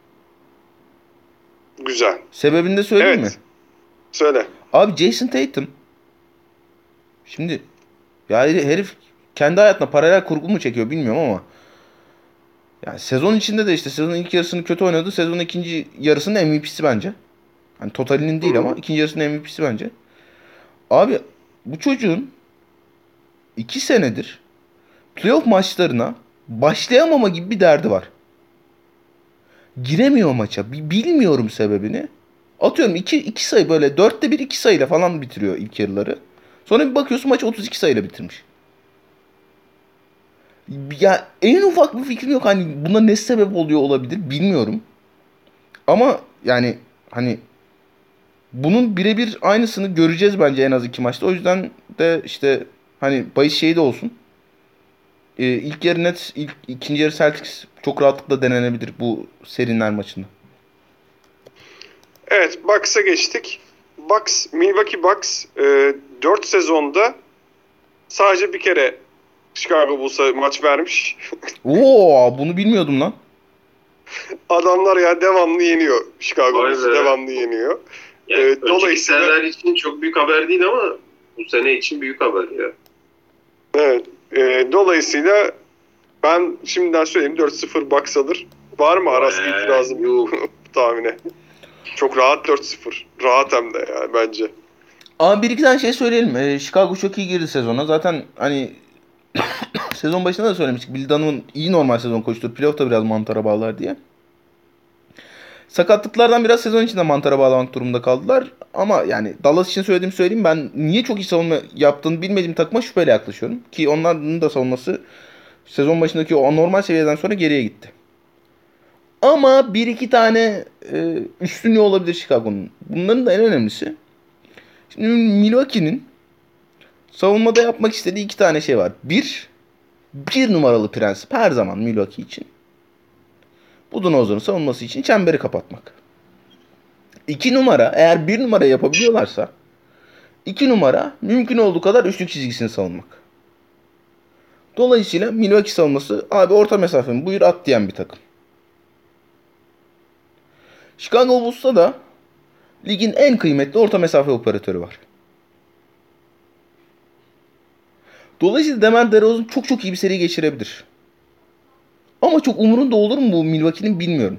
Güzel. Sebebini de söyleyeyim mi? Söyle. Abi Jason Tatum. Şimdi ya herif kendi hayatına paralel kurgu mu çekiyor bilmiyorum ama yani sezon içinde de işte sezonun ilk yarısını kötü oynadı. Sezonun ikinci yarısının MVP'si bence. Hani totalinin değil ama ikinci yarısının MVP'si bence. Abi bu çocuğun 2 senedir playoff maçlarına başlayamama gibi bir derdi var. Giremiyor maça. Bilmiyorum sebebini. Atıyorum 2 sayı böyle 4'te 1 2 sayıyla falan bitiriyor ilk yarıları. Sonra bir bakıyorsun maçı 32 sayıyla bitirmiş. Ya en ufak bir fikrim yok. Hani buna ne sebep oluyor olabilir bilmiyorum. Ama yani hani bunun birebir aynısını göreceğiz bence en az 2 maçta. O yüzden de işte hani bahis şeyi de olsun. İlk yarı net, ikinci yarı Celtics çok rahatlıkla denenebilir bu serinin her maçında. Evet, Bucks'a geçtik. Milwaukee Bucks 4 sezonda sadece bir kere Chicago Bulls'a maç vermiş. Oo, bunu bilmiyordum lan. Adamlar ya devamlı yeniyor. Chicago Bulls'u devamlı yeniyor. Yani dolayısıyla seneler için çok büyük haber değil ama bu sene için büyük haber ya. Evet. Dolayısıyla ben şimdiden söyleyeyim 4-0 Bucks alır. Var mı Aras itirazım bu tahmine? Çok rahat 4-0. Rahat hem de yani bence. Ama bir iki tane şey söyleyelim. Chicago çok iyi girdi sezona. Zaten hani sezon başında da söylemiştik. Bill Donovan iyi normal sezon koştu. Playoff'ta biraz mantara bağlar diye. Sakatlıklardan biraz sezon içinde mantara bağlamak durumunda kaldılar. Ama yani Dallas için söyleyeyim. Ben niye çok iyi savunma yaptığını bilmediğim takıma şüpheyle yaklaşıyorum. Ki onların da savunması sezon başındaki o normal seviyeden sonra geriye gitti. Ama bir iki tane üstünlüğü olabilir Chicago'nun. Bunların da en önemlisi. Şimdi Milwaukee'nin savunmada yapmak istediği iki tane şey var. Bir numaralı prensip her zaman Milwaukee için. Budenholzer'ın savunması için çemberi kapatmak. 2 numara, eğer 1 numara yapabiliyorlarsa 2 numara mümkün olduğu kadar üçlük çizgisini savunmak. Dolayısıyla Milwaukee savunması abi orta mesafemi buyur at diyen bir takım. Chicago Bulls'ta da ligin en kıymetli orta mesafe operatörü var. Dolayısıyla DeMar DeRozan çok çok iyi bir seri geçirebilir. Ama çok umurunda olur mu bu Milwaukee'nin bilmiyorum.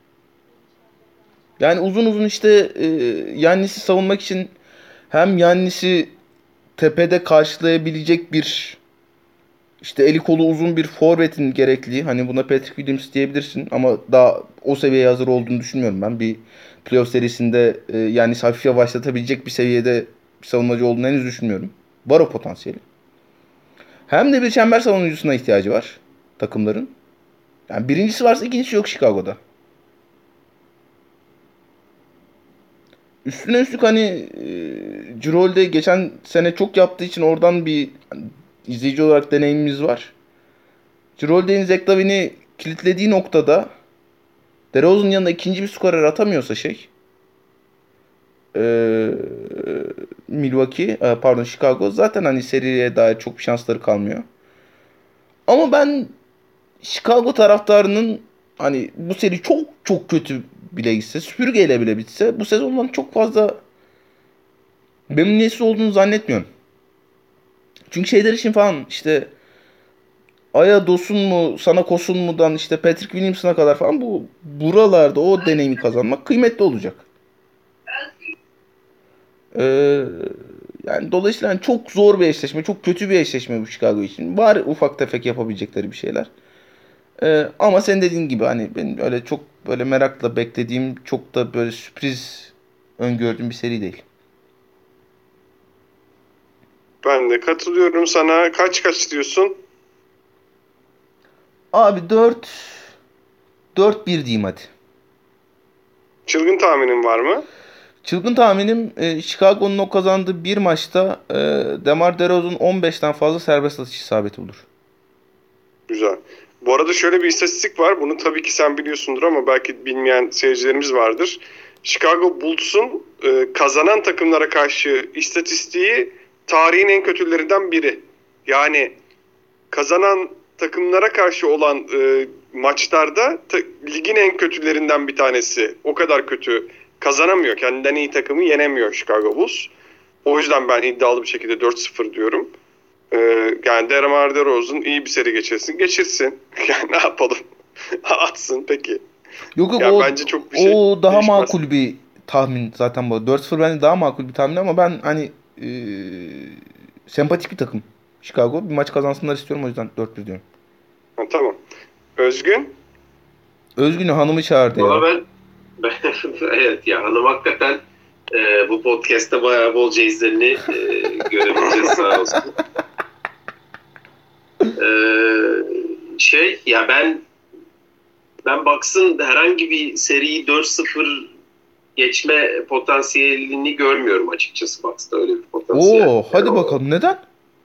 Yani uzun uzun işte Yannis'i savunmak için hem Yannis'i tepede karşılayabilecek bir işte eli kolu uzun bir forvetin gerekliliği. Hani buna Patrick Williams diyebilirsin ama daha o seviyeye hazır olduğunu düşünmüyorum ben. Bir playoff serisinde Yannis hafif yavaşlatabilecek bir seviyede bir savunmacı olduğunu henüz düşünmüyorum. Var o potansiyeli. Hem de bir çember savunucusuna ihtiyacı var takımların. Yani birincisi varsa ikincisi yok Chicago'da. Üstüne üstlük hani Cirolde geçen sene çok yaptığı için oradan bir izleyici olarak deneyimimiz var. Cirolde'nin Zach LaVine'i kilitlediği noktada DeRozan'ın yanında ikinci bir skorer atamıyorsa Chicago zaten hani seriye dair çok bir şansları kalmıyor. Ama ben Chicago taraftarının hani bu seri çok çok kötü bile gitse, süpürgeyle bile bitse bu sezondan çok fazla memnuniyetsiz olduğunu zannetmiyorum. Çünkü şeyler için falan işte Aya Dosun mu, sana Kosun mu'dan işte Patrick Williams'ına kadar falan buralarda o deneyimi kazanmak kıymetli olacak. Yani dolayısıyla yani çok zor bir eşleşme, çok kötü bir eşleşme bu Chicago için. Var ufak tefek yapabilecekleri bir şeyler. Ama sen dediğin gibi hani ben öyle çok böyle merakla beklediğim, çok da böyle sürpriz öngördüğüm bir seri değil. Ben de katılıyorum sana. Kaç diyorsun? Abi 4-1 diyeyim hadi. Çılgın tahminin var mı? Çılgın tahminim Chicago'nun o kazandığı bir maçta DeMar DeRozan 15'ten fazla serbest atış isabeti bulur. Güzel. Bu arada şöyle bir istatistik var. Bunu tabii ki sen biliyorsundur ama belki bilmeyen seyircilerimiz vardır. Chicago Bulls'un kazanan takımlara karşı istatistiği tarihin en kötülerinden biri. Yani kazanan takımlara karşı olan maçlarda ligin en kötülerinden bir tanesi. O kadar kötü. Kazanamıyor. Kendinden iyi takımı yenemiyor Chicago Bulls. O yüzden ben iddialı bir şekilde 4-0 diyorum. Yani DeMar DeRozan iyi bir seri geçirsin. Yani ne yapalım? Atsın peki. Yok yani bence çok bir şey o daha değişmez. makul bir tahmin zaten bu. 4-0 bence daha makul bir tahmin ama ben hani sempatik bir takım Chicago. Bir maç kazansınlar istiyorum o yüzden 4-1 diyorum. Ha, tamam. Özgün? Özgün'ü hanımı çağırdı ya. Ben evet ya hanım hakikaten bu podcast'ta bayağı bolca izlerini görebileceğiz sağ olsun. Ya ben Bucks'ın herhangi bir seriyi 4-0 geçme potansiyelini görmüyorum açıkçası. Bucks'ta öyle bir potansiyel. Hadi bakalım neden?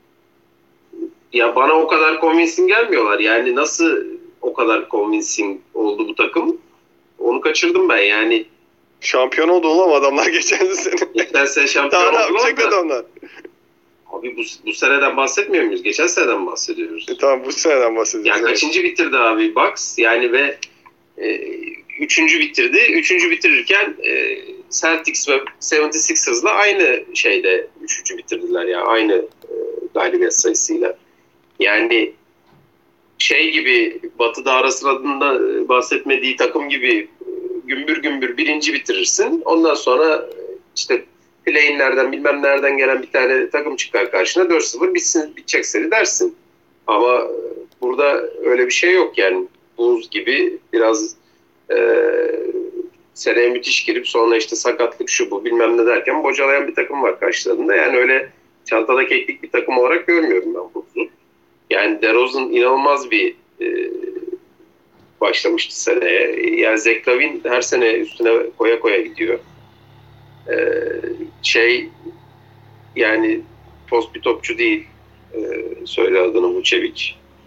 Ya bana o kadar convincing gelmiyorlar. Yani nasıl o kadar convincing oldu bu takım? Onu kaçırdım ben yani. Şampiyon oldu oğlum adamlar geçen sene. Geçen sene şampiyon oldular. oldular Daha ne yapacak adamlar? Abi bu seneden bahsetmiyor muyuz? Geçen seneden bahsediyoruz. Tamam bu seneden bahsediyoruz. Yani kaçıncı bitirdi abi Bucks? Yani ve üçüncü bitirdi. Üçüncü bitirirken Celtics ve 76ers'la aynı şeyde üçüncü bitirdiler ya. Aynı galibiyet sayısıyla. Yani gibi Batı'da ara sıradında bahsetmediği takım gibi gümbür gümbür birinci bitirirsin. Ondan sonra işte play-in'lerden bilmem nereden gelen bir tane takım çıkar karşına 4-0 bitecek seri dersin. Ama burada öyle bir şey yok yani. Bulls gibi biraz seneye müthiş girip sonra işte sakatlık şu bu bilmem ne derken bocalayan bir takım var karşılarında. Yani öyle çantada keklik bir takım olarak görmüyorum ben Bulls'u. Yani DeRozan inanılmaz bir başlamıştı seneye. Yani Zach Lavin her sene üstüne koya koya gidiyor. Yani post bir topçu değil. Söyle adını Vucevic.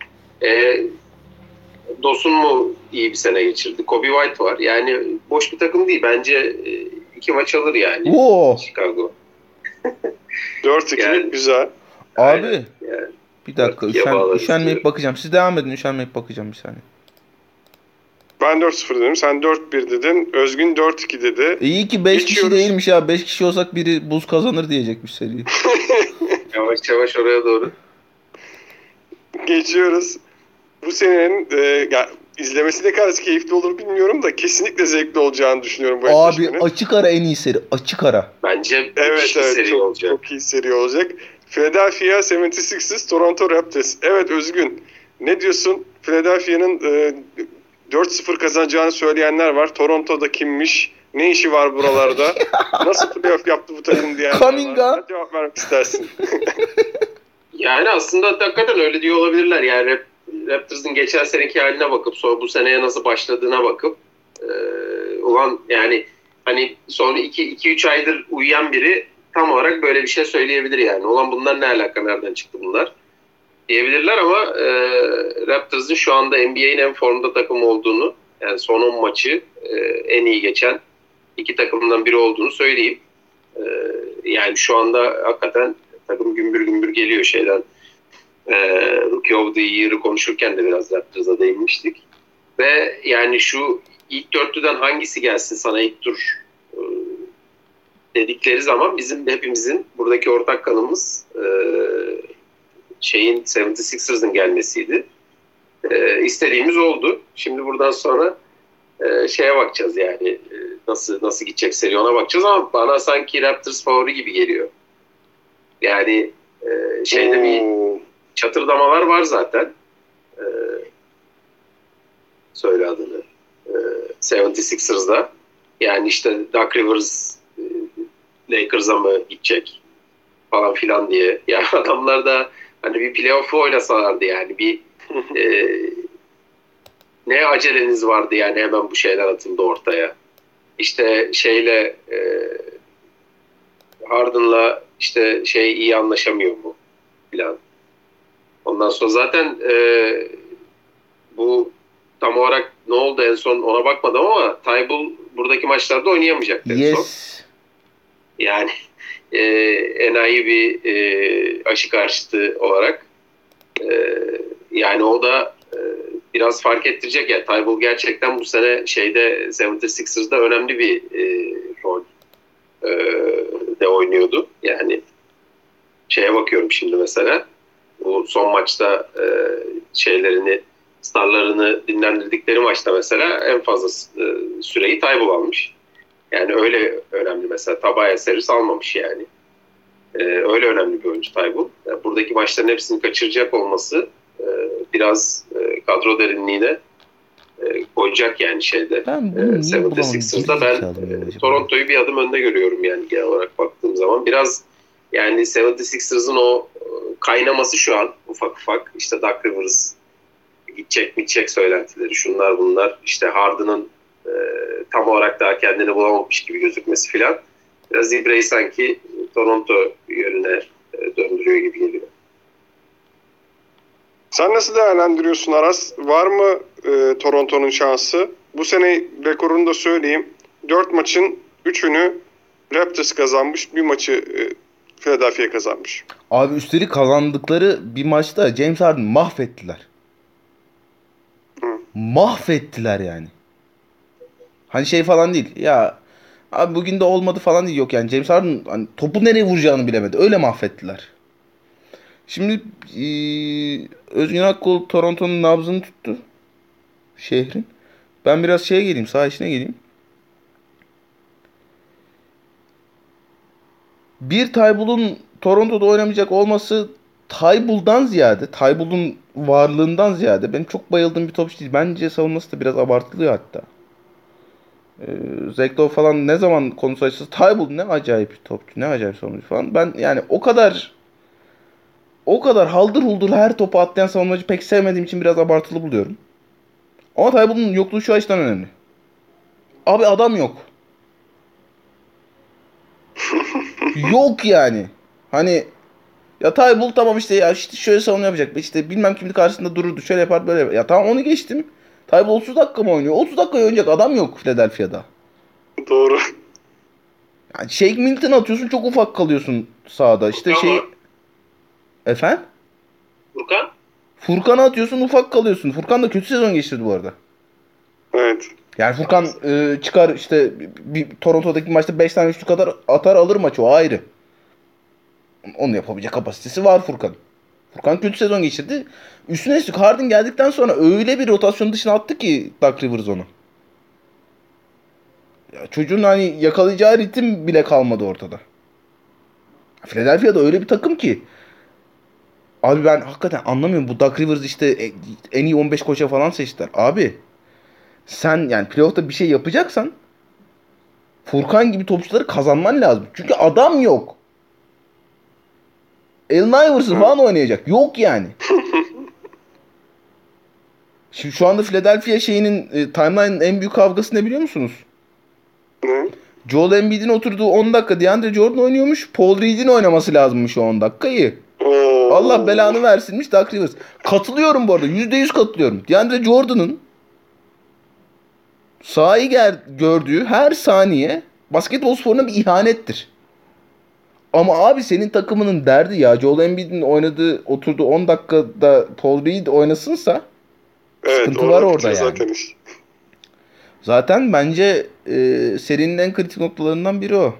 Dosun mu iyi bir sene geçirdi? Kobe White var. Yani boş bir takım değil. Bence 2 maç alır yani. Chicago. 4-2 yani, güzel. Abi yani, bir dakika üşenmeyip bakacağım. Siz devam edin, üşenmeyip bakacağım bir saniye. Ben 4-0 dedim. Sen 4-1 dedin. Özgün 4-2 dedi. İyi ki 5 kişi değilmiş ya. 5 kişi olsak biri buz kazanır diyecekmiş seriyi. Yavaş yavaş oraya doğru. Geçiyoruz. Bu senenin izlemesi ne kadar keyifli olur bilmiyorum da kesinlikle zevkli olacağını düşünüyorum bu eşleşmenin. Abi açık ara en iyi seri. Açık ara. Bence evet, seri olacak. Çok iyi seri olacak. Philadelphia 76ers, Toronto Raptors. Evet Özgün. Ne diyorsun? Philadelphia'nın 4-0 kazanacağını söyleyenler var. Toronto'da kimmiş? Ne işi var buralarda? Nasıl playoff yaptı bu takım diyenler var. Ne cevap vermek istersin? Yani aslında hakikaten öyle diyor olabilirler. Yani Raptors'ın geçen seneki haline bakıp sonra bu seneye nasıl başladığına bakıp ulan yani hani son 2-3 aydır uyuyan biri tam olarak böyle bir şey söyleyebilir yani. Ulan bunlar ne alaka, nereden çıktı bunlar diyebilirler ama Raptors'ın şu anda NBA'in en formda takım olduğunu, yani son 10 maçı en iyi geçen 2 takımdan biri olduğunu söyleyeyim. Yani şu anda hakikaten takım gümbür gümbür geliyor şeyden. Rookie of the Year'ı konuşurken de biraz Raptors'a değinmiştik. Ve yani şu ilk dörtlüden hangisi gelsin sana ilk tur dedikleri zaman bizim hepimizin buradaki ortak kanımız 76ers'ın gelmesiydi. İstediğimiz oldu. Şimdi buradan sonra şeye bakacağız yani nasıl gidecek seri ona bakacağız ama bana sanki Raptors favori gibi geliyor. Yani bir çatırdamalar var zaten. Söyle adını. 76ers'da. Yani işte Doug Rivers Lakers'a mı gidecek falan filan diye. Ya adamlar da hani bir playoff'u oynasalardı yani bir ne aceleniz vardı yani hemen bu şeyler atıldı ortaya. İşte Harden'la işte iyi anlaşamıyor mu filan. Ondan sonra zaten bu tam olarak ne oldu en son ona bakmadım ama Tybal buradaki maçlarda oynayamayacak en son. Yani enayi bir aşı karşıtı olarak yani o da biraz fark ettirecek ya. Tybal gerçekten bu sene 76ers'da önemli bir rol de oynuyordu. Yani bakıyorum şimdi mesela bu son maçta starlarını dinlendirdikleri maçta mesela en fazla süreyi Tybal almış. Yani öyle önemli mesela. Tobias Harris almamış yani. Öyle önemli bir oyuncu Tybal. Yani buradaki maçların hepsini kaçıracak olması biraz kadro derinliğine koyacak yani 76ers'da ben Toronto'yu bir adım önde görüyorum yani genel olarak baktığım zaman. Biraz yani 76ers'ın o kaynaması şu an ufak ufak işte Doug Rivers gidecek söylentileri şunlar bunlar işte Harden'ın tam olarak daha kendini bulamamış gibi gözükmesi filan biraz ibreyi sanki Toronto yönüne döndürüyor gibi geliyor. Sen nasıl değerlendiriyorsun Aras? Var mı Toronto'nun şansı? Bu sene rekorunu da söyleyeyim. 4 maçın 3'ünü Raptors kazanmış. Bir maçı Philadelphia kazanmış. Abi üstelik kazandıkları bir maçta James Harden mahvettiler. Mahvettiler yani. Hani falan değil. Ya abi bugün de olmadı falan değil. Yok yani James Harden hani topu nereye vuracağını bilemedi. Öyle mahvettiler. Şimdi Özgün Akkol Toronto'nun nabzını tuttu. Şehrin. Ben biraz geleyim. Saha içine geleyim. Bir Tybal'un Toronto'da oynamayacak olması Tybal'un varlığından ziyade benim çok bayıldığım bir topçu değil. Bence savunması da biraz abartılıyor hatta. Zach Lowe falan ne zaman konusu açılsa Tybal ne acayip bir topçu. Ne acayip savunucu falan. Ben yani o kadar haldır huldur her topu atlayan savunmacı pek sevmediğim için biraz abartılı buluyorum. Ama Tybull'un yokluğu şu açıdan önemli. Abi adam yok. Yok yani. Hani ya Tybull tamam işte ya işte şöyle savunma yapacak. İşte bilmem kimin karşısında dururdu. Şöyle yapar böyle yapar. Ya tamam onu geçtim. Tybull 30 dakika mı oynuyor? 30 dakika oynayacak adam yok Philadelphia'da. Doğru. Yani Shake Milton atıyorsun çok ufak kalıyorsun sahada. İşte Furkan şey... var. Efendim? Furkan? Furkan'ı atıyorsun ufak kalıyorsun. Furkan da kötü sezon geçirdi bu arada. Evet. Yani Furkan çıkar işte bir Toronto'daki maçta 5 tane üçlük kadar atar alır maçı o ayrı. Onu yapabilecek kapasitesi var Furkan. Furkan kötü sezon geçirdi. Üstüne üstlük Harden geldikten sonra öyle bir rotasyon dışına attı ki Doug Rivers onu. Ya çocuğun hani yakalayacağı ritim bile kalmadı ortada. Philadelphia'da öyle bir takım ki. Abi ben hakikaten anlamıyorum. Bu Doug Rivers işte en iyi 15 koça falan seçtiler. Abi sen yani playoff'ta bir şey yapacaksan Furkan gibi topçuları kazanman lazım. Çünkü adam yok. Allen Iverson falan oynayacak. Yok yani. Şimdi şu anda Philadelphia şeyinin timeline'ın en büyük kavgası ne biliyor musunuz? Ne? Joel Embiid'in oturduğu 10 dakika DeAndre Jordan oynuyormuş. Paul Reed'in oynaması lazımmış o 10 dakikayı. Oo. Allah belanı versinmiş Doug Rivers. Katılıyorum bu arada. %100 katılıyorum. DeAndre Jordan'ın sahayı gördüğü her saniye basketbol sporuna bir ihanettir. Ama abi senin takımının derdi ya Joel Embiid'in oturduğu 10 dakikada Paul Reed oynasınsa Evet, sıkıntı var orada bitiyor yani. zaten iş. Zaten bence serinin en kritik noktalarından biri o.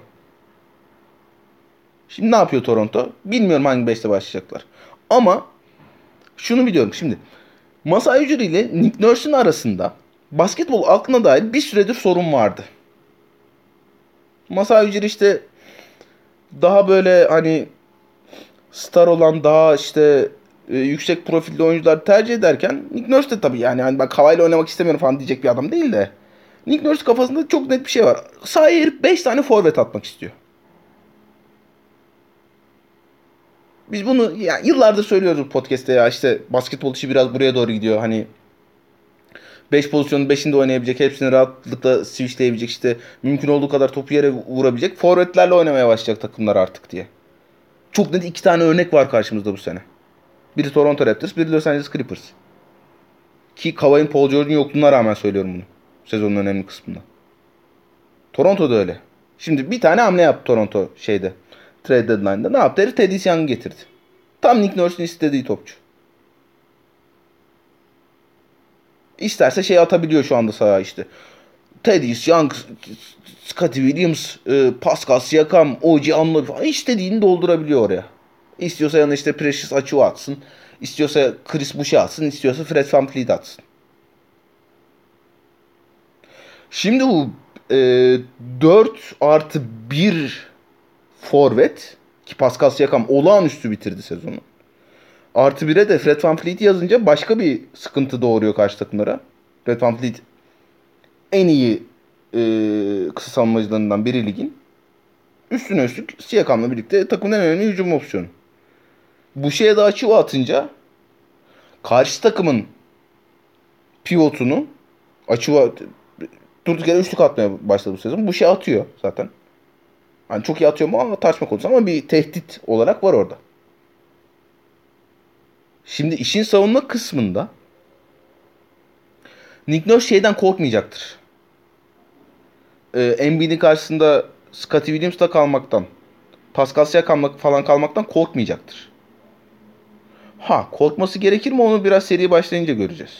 Şimdi ne yapıyor Toronto? Bilmiyorum hangi 5'te başlayacaklar. Ama şunu biliyorum şimdi. Masai Ujiri ile Nick Nurse'un arasında basketbol aklına dair bir süredir sorun vardı. Masai Ujiri işte daha böyle hani star olan daha işte yüksek profilli oyuncular tercih ederken Nick Nurse de tabii yani hani ben Kawhi'yle oynamak istemiyorum falan diyecek bir adam değil de Nick Nurse kafasında çok net bir şey var. Sahaya herif 5 tane forvet atmak istiyor. Biz bunu ya yıllardır söylüyoruz bu podcast'te ya işte basketbol işi biraz buraya doğru gidiyor. Hani 5 pozisyonun 5'inde oynayabilecek, hepsini rahatlıkla switchleyebilecek işte mümkün olduğu kadar topu yere vurabilecek forvetlerle oynamaya başlayacak takımlar artık diye. Çok net 2 tane örnek var karşımızda bu sene. Biri Toronto Raptors, biri Los Angeles Clippers. Ki Kawhi'nin Paul George'un yokluğuna rağmen söylüyorum bunu. Sezonun önemli kısmında. Toronto'da öyle. Şimdi bir tane hamle yaptı Toronto şeyde. Trade deadline'da. Ne yaptı? Herif Thaddeus Young'ı getirdi. Tam Nick Nurse'un istediği topçu. İsterse şey atabiliyor şu anda sahaya işte. Thaddeus Young, Scottie Williams, Pascal Siakam, OG Anunoby falan istediğini doldurabiliyor oraya. İstiyorsa yanına işte Precious Achiuwa atsın. İstiyorsa Chris Boucher atsın. İstiyorsa Fred VanVleet atsın. Şimdi bu 4+1 forvet ki Pascal Siakam olağanüstü bitirdi sezonu. Artı 1'e de Fred VanVleet'i yazınca başka bir sıkıntı doğuruyor karşı takımlara. Fred VanVleet en iyi kısa savunmacılarından biri ligin. Üstüne üstlük Siakam'la birlikte takımın en önemli hücum opsiyonu. Bu şeye de Achiuwa atınca karşı takımın pivotunu Achiuwa durduk yere üçlük atmaya başladı bu sezon. Bu şey atıyor zaten. Hani çok iyi atıyor mu ama tartışma konusu ama bir tehdit olarak var orada. Şimdi işin savunma kısmında Nick Nurse şeyden korkmayacaktır. Embiid'in karşısında Scottie Williams'la kalmaktan, Pascal Siakam'la falan kalmaktan korkmayacaktır. Ha, korkması gerekir mi onu biraz seri başlayınca göreceğiz.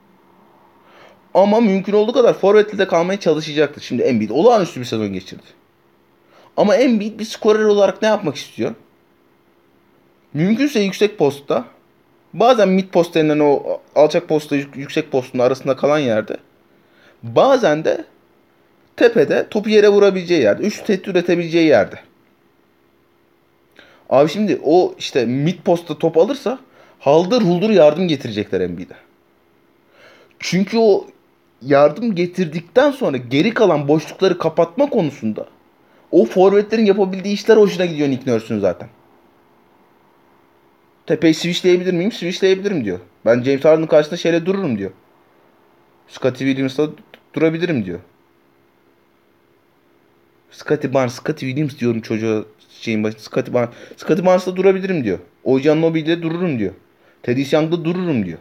Ama mümkün olduğu kadar forvetli de kalmaya çalışacaktır. Şimdi Embiid olağanüstü bir sezon geçirdi. Ama Embiid bir skorer olarak ne yapmak istiyor? Mümkünse yüksek postta, bazen mid post denilen o alçak postla yüksek postun arasında kalan yerde, bazen de tepede topu yere vurabileceği yerde, üçlü tehdit üretebileceği yerde. Abi şimdi o işte mid postta top alırsa haldır huldur yardım getirecekler Embiid'e. Çünkü o yardım getirdikten sonra geri kalan boşlukları kapatma konusunda o forvetlerin yapabildiği işler hoşuna gidiyor Nick Nurse'un zaten. Tepeyi switchleyebilir miyim? Switchleyebilirim diyor. Ben James Harden'ın karşısında şeyle dururum diyor. Scottie Williams'la durabilirim diyor. Scottie Williams diyorum çocuğa şeyin başında. Scottie Barnes'la durabilirim diyor. OG Anunoby'yle dururum diyor. Thaddeus Young'da dururum diyor.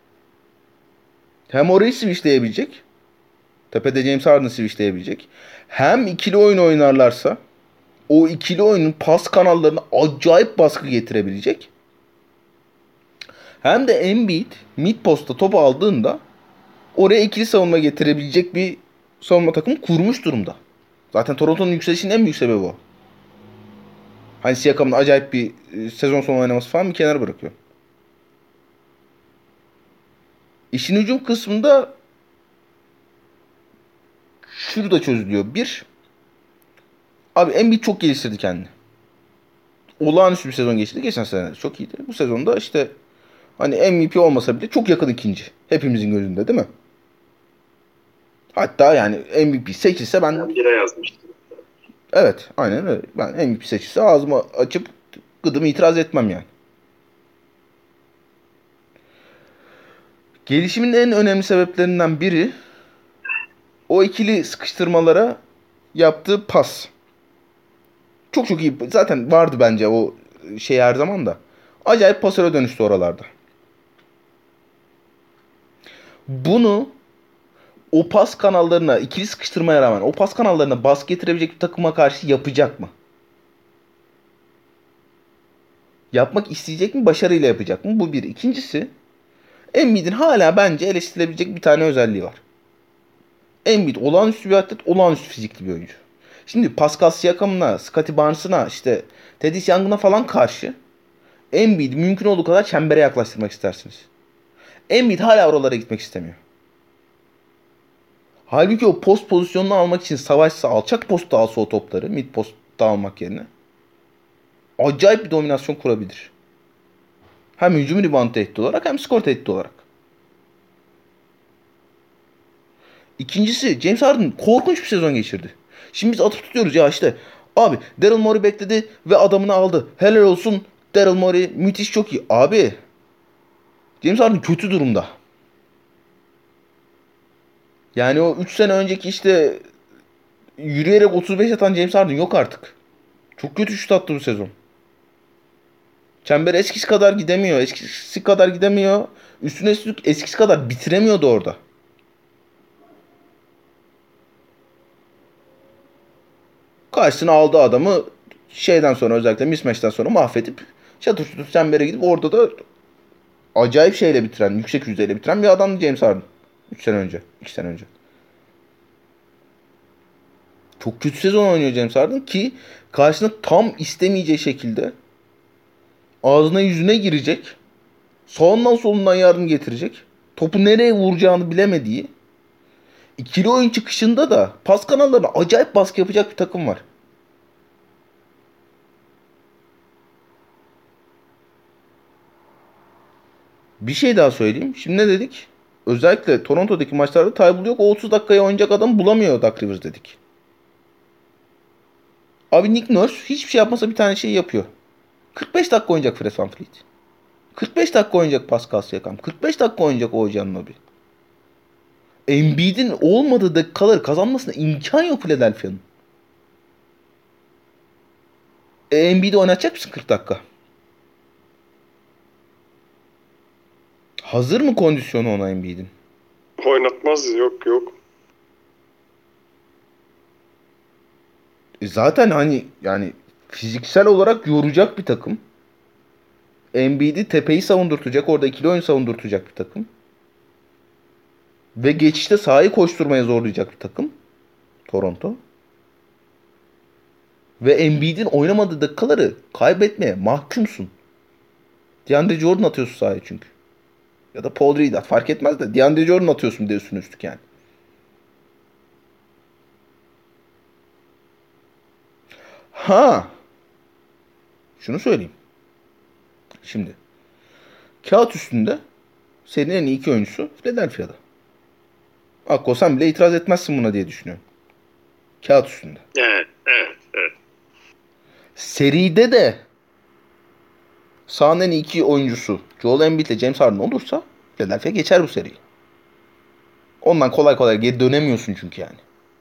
Hem orayı switchleyebilecek. Tepede James Harden switchleyebilecek. Hem ikili oyun oynarlarsa o ikili oyunun pas kanallarına acayip baskı getirebilecek. Hem de Embiid mid posta topu aldığında oraya ikili savunma getirebilecek bir savunma takımı kurmuş durumda. Zaten Toronto'nun yükselişinin en büyük sebebi o. Hani Siakam'ın acayip bir sezon sonu oynaması falan bir kenara bırakıyor. İşin hücum kısmında şurada çözülüyor. Bir, abi Embiid çok geliştirdi kendini. Olağanüstü bir sezon geçti. Geçen sene çok iyiydi. Bu sezonda işte hani MVP olmasa bile çok yakın ikinci. Hepimizin gözünde değil mi? Hatta yani MVP seçilse ben... Bir yere yazmıştım. Evet, aynen öyle. Ben MVP seçilse ağzımı açıp gıdım itiraz etmem yani. Gelişimin en önemli sebeplerinden biri o ikili sıkıştırmalara yaptığı pas. Çok çok iyi. Zaten vardı bence o şey her zaman da. Acayip pasöre dönüştü oralarda. Bunu o pas kanallarına ikili sıkıştırmaya rağmen o pas kanallarına baskı getirebilecek bir takıma karşı yapacak mı? Yapmak isteyecek mi? Başarıyla yapacak mı? Bu bir. İkincisi Embiid'in hala bence eleştirilebilecek bir tane özelliği var. Embiid olağanüstü bir atlet, olağanüstü fizikli bir oyuncu. Şimdi Pascal Siakam'ına, Scottie Barnes'ına, işte Thaddeus Young'una falan karşı Embiid'i mümkün olduğu kadar çembere yaklaştırmak istersiniz. Embiid hala oralara gitmek istemiyor. Halbuki o post pozisyonunu almak için savaşsa, alçak postta alsa o topları, mid postta almak yerine acayip bir dominasyon kurabilir. Hem hücum rebound tehdidi olarak hem skor tehdidi olarak. İkincisi James Harden korkunç bir sezon geçirdi. Şimdi biz atıp tutuyoruz ya işte. Abi Daryl Morey bekledi ve adamını aldı. Helal olsun Daryl Morey müthiş çok iyi. Abi James Harden kötü durumda. Yani o 3 sene önceki işte yürüyerek 35 atan James Harden yok artık. Çok kötü şut attı bu sezon. Çember eskisi kadar gidemiyor. Eskisi kadar gidemiyor. Üstüne üstlük eskisi kadar bitiremiyordu orada. Karşısına aldığı adamı şeyden sonra özellikle mismatch'ten sonra mahvedip çatır çatır çembere gidip orada da acayip şeyle bitiren, yüksek yüzdeyle bitiren bir adamdı James Harden. 3 sene önce, 2 sene önce. Çok kötü sezon oynuyor James Harden ki karşısına tam istemeyeceği şekilde ağzına yüzüne girecek. Sağından solundan yardım getirecek. Topu nereye vuracağını bilemediği. İkili oyun çıkışında da pas kanallarına acayip baskı yapacak bir takım var. Bir şey daha söyleyeyim. Şimdi ne dedik? Özellikle Toronto'daki maçlarda Tybal yok. O 30 dakikaya oynayacak adam bulamıyor Doug Rivers dedik. Abi Nick Nurse hiçbir şey yapmasa bir tane şey yapıyor. 45 dakika oynayacak Fred VanVleet. 45 dakika oynayacak Pascal Siakam. 45 dakika oynayacak OG Anunoby. Embiid'in olmadığı dakikaları kazanmasına imkan yok Philadelphia'nın. Embiid'i oynatacak mısın 40 dakika? Hazır mı kondisyonu ona Embiid'in? Oynatmaz, yok yok. Zaten hani yani fiziksel olarak yoracak bir takım. Embiid'i tepeyi savundurtacak, orada ikili oyun savundurtacak bir takım. Ve geçişte sahayı koşturmaya zorlayacak bir takım. Toronto. Ve Embiid'in oynamadığı dakikaları kaybetmeye mahkumsun. DeAndre Jordan atıyorsun sahaya çünkü. Ya da Paul Reed at. Fark etmez de DeAndre Jordan atıyorsun diye üstüne üstlük yani. Ha. Şunu söyleyeyim. Şimdi. Kağıt üstünde serinin en iyi iki oyuncusu Philadelphia'da. Akko sen bile itiraz etmezsin buna diye düşünüyorum. Kağıt üstünde. Evet. Seride de sahanın en iyi iki oyuncusu Joel Embiid ile James Harden olursa Philadelphia geçer bu seriyi. Ondan kolay kolay geri dönemiyorsun çünkü yani.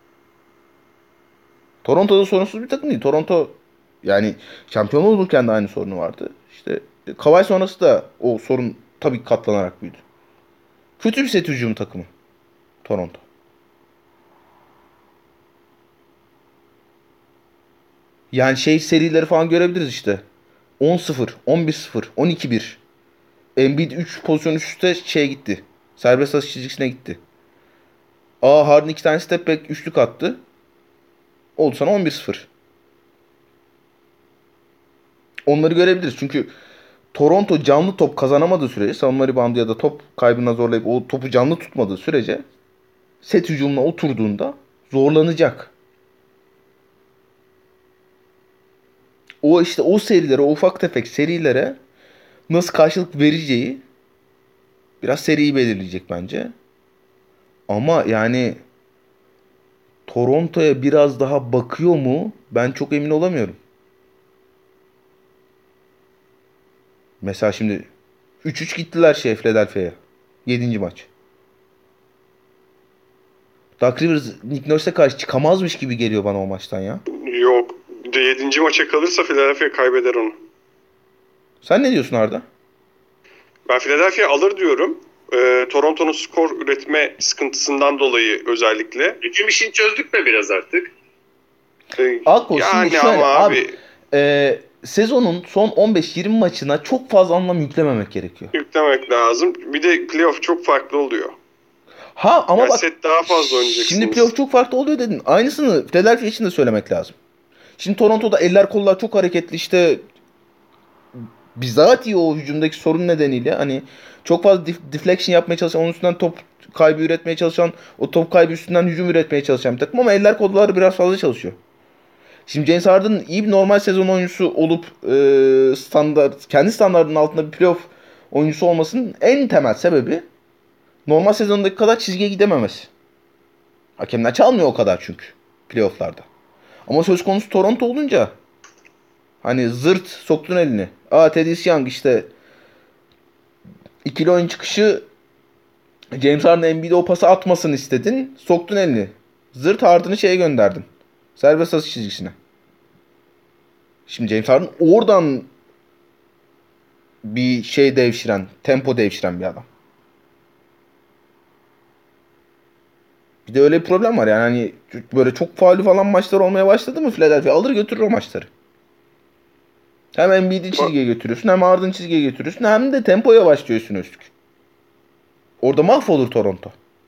Toronto'da sorunsuz bir takım değil. Toronto yani şampiyon olurken de aynı sorunu vardı. İşte Kawhi sonrası da o sorun tabii katlanarak büyüdü. Kötü bir set hücumu takımı Toronto. Yani serileri falan görebiliriz işte. 10-0, 11-0, 12-1. Embiid 3 pozisyon üst üste gitti. Serbest atış çizgisine gitti. Harden 2 tane step back üçlük attı. Oldu sana 11-0. Onları görebiliriz. Çünkü Toronto canlı top kazanamadığı sürece, savunma reboundu ya da top kaybına zorlayıp o topu canlı tutmadığı sürece set hücumuna oturduğunda zorlanacak. O serilere, o ufak tefek serilere nasıl karşılık vereceği biraz seriyi belirleyecek bence. Ama yani Toronto'ya biraz daha bakıyor mu? Ben çok emin olamıyorum. Mesela şimdi 3-3 gittiler Philadelphia'ya. 7. maç. Doug Rivers Nick Nurse'e karşı çıkamazmış gibi geliyor bana o maçtan ya. Yok. 7. maça kalırsa Philadelphia kaybeder onu. Sen ne diyorsun Arda? Ben Philadelphia alır diyorum. Toronto'nun skor üretme sıkıntısından dolayı özellikle. Hücum işini çözdük mü biraz artık? Akko Yani şimdi şöyle ama abi sezonun son 15-20 maçına çok fazla anlam yüklememek gerekiyor. Yüklemek lazım. Bir de playoff çok farklı oluyor. Ama yani bak set daha fazla oynayacaksınız. Şimdi playoff çok farklı oluyor dedin. Aynısını Philadelphia için de söylemek lazım. Şimdi Toronto'da eller kollar çok hareketli işte bizatihi o hücumdaki sorun nedeniyle hani çok fazla deflection yapmaya çalışan, onun üstünden top kaybı üretmeye çalışan, o top kaybı üstünden hücum üretmeye çalışan bir takım ama eller kolları biraz fazla çalışıyor. Şimdi James Harden iyi bir normal sezon oyuncusu olup kendi standartının altında bir playoff oyuncusu olmasının en temel sebebi normal sezondaki kadar çizgiye gidememesi. Hakemler çalmıyor o kadar çünkü playofflarda. Ama söz konusu Toronto olunca hani zırt soktun elini. Thaddeus Young işte ikili oyun çıkışı James Harden Embiid'e o pası atmasını istedin. Soktun elini. Zırt Harden'ı gönderdin. Serbest atış çizgisine. Şimdi James Harden oradan bir tempo devşiren bir adam. Bir de öyle bir problem var yani hani böyle çok faulü falan maçlar olmaya başladı mı Philadelphia alır götürür o maçları. Hem Embiid'i çizgiye götürüyorsun hem Harden'ı çizgiye götürüyorsun hem de tempo yavaşlıyorsun üstlük. Orada mahvolur Toronto.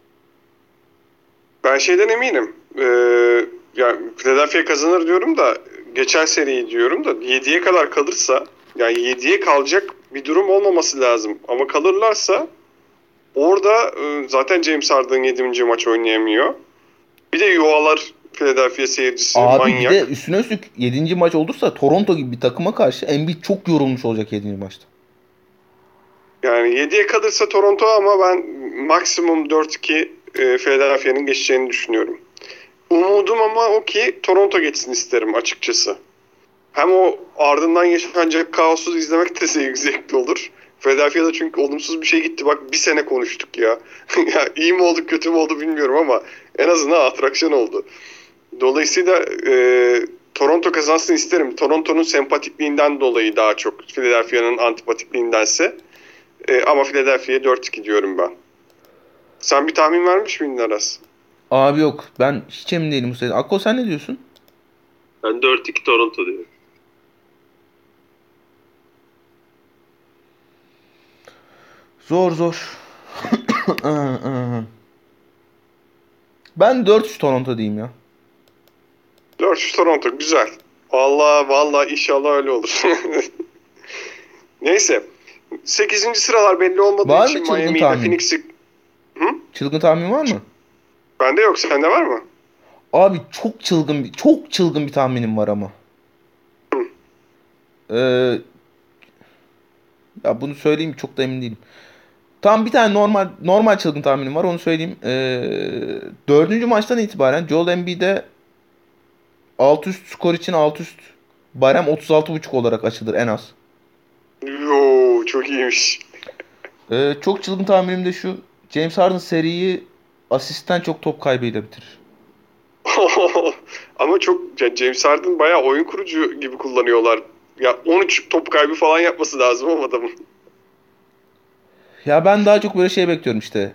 Ben eminim. Yani Philadelphia kazanır diyorum da geçen seriyi diyorum da 7'ye kadar kalırsa yani 7'ye kalacak bir durum olmaması lazım. Ama kalırlarsa orada zaten James Harden 7. maç oynayamıyor. Bir de yuvalar Philadelphia seyircisi manyak. Bir de üstüne üstlük 7. maç olursa Toronto gibi bir takıma karşı Embiid çok yorulmuş olacak 7. maçta. Yani 7'ye kalırsa Toronto ama ben maksimum 4-2 Philadelphia'nın geçeceğini düşünüyorum. Umudum ama o ki Toronto geçsin isterim açıkçası. Hem o ardından yaşanacak kaosu izlemek de zevkli olur. Philadelphia'da çünkü olumsuz bir şey gitti. Bak bir sene konuştuk ya. Ya iyi mi oldu kötü mü oldu bilmiyorum ama en azından atraksiyon oldu. Dolayısıyla Toronto kazansın isterim. Toronto'nun sempatikliğinden dolayı daha çok. Philadelphia'nın antipatikliğindense. Ama Philadelphia'ya 4-2 diyorum ben. Sen bir tahmin vermiş miydin Aras? Abi yok. Ben hiç emin değilim bu sene. Akko sen ne diyorsun? Ben 4-2 Toronto diyorum. Zor. Ben 4-3 Toronto diyeyim ya. 4-3 Toronto güzel. Vallahi inşallah öyle olur. Neyse. 8. sıralar belli olmadığı var için mı çılgın Miami ile tahmin? Phoenix'i... Çılgın tahmin var mı? Bende yok. Sende var mı? Abi çok çılgın bir tahminim var ama. Ya bunu söyleyeyim çok da emin değilim. Tam bir tane normal çılgın tahminim var onu söyleyeyim. 4. maçtan itibaren Joel Embiid'e alt üst skor için alt üst barem 36.5 olarak açılır en az. Yoo çok iyiymiş. Çok çılgın tahminim de şu. James Harden seriyi asistten çok top kaybıyla bitirir. Ama çok James Harden bayağı oyun kurucu gibi kullanıyorlar. Ya 13 top kaybı falan yapması lazım ama adamın. Ya ben daha çok böyle şey bekliyorum işte.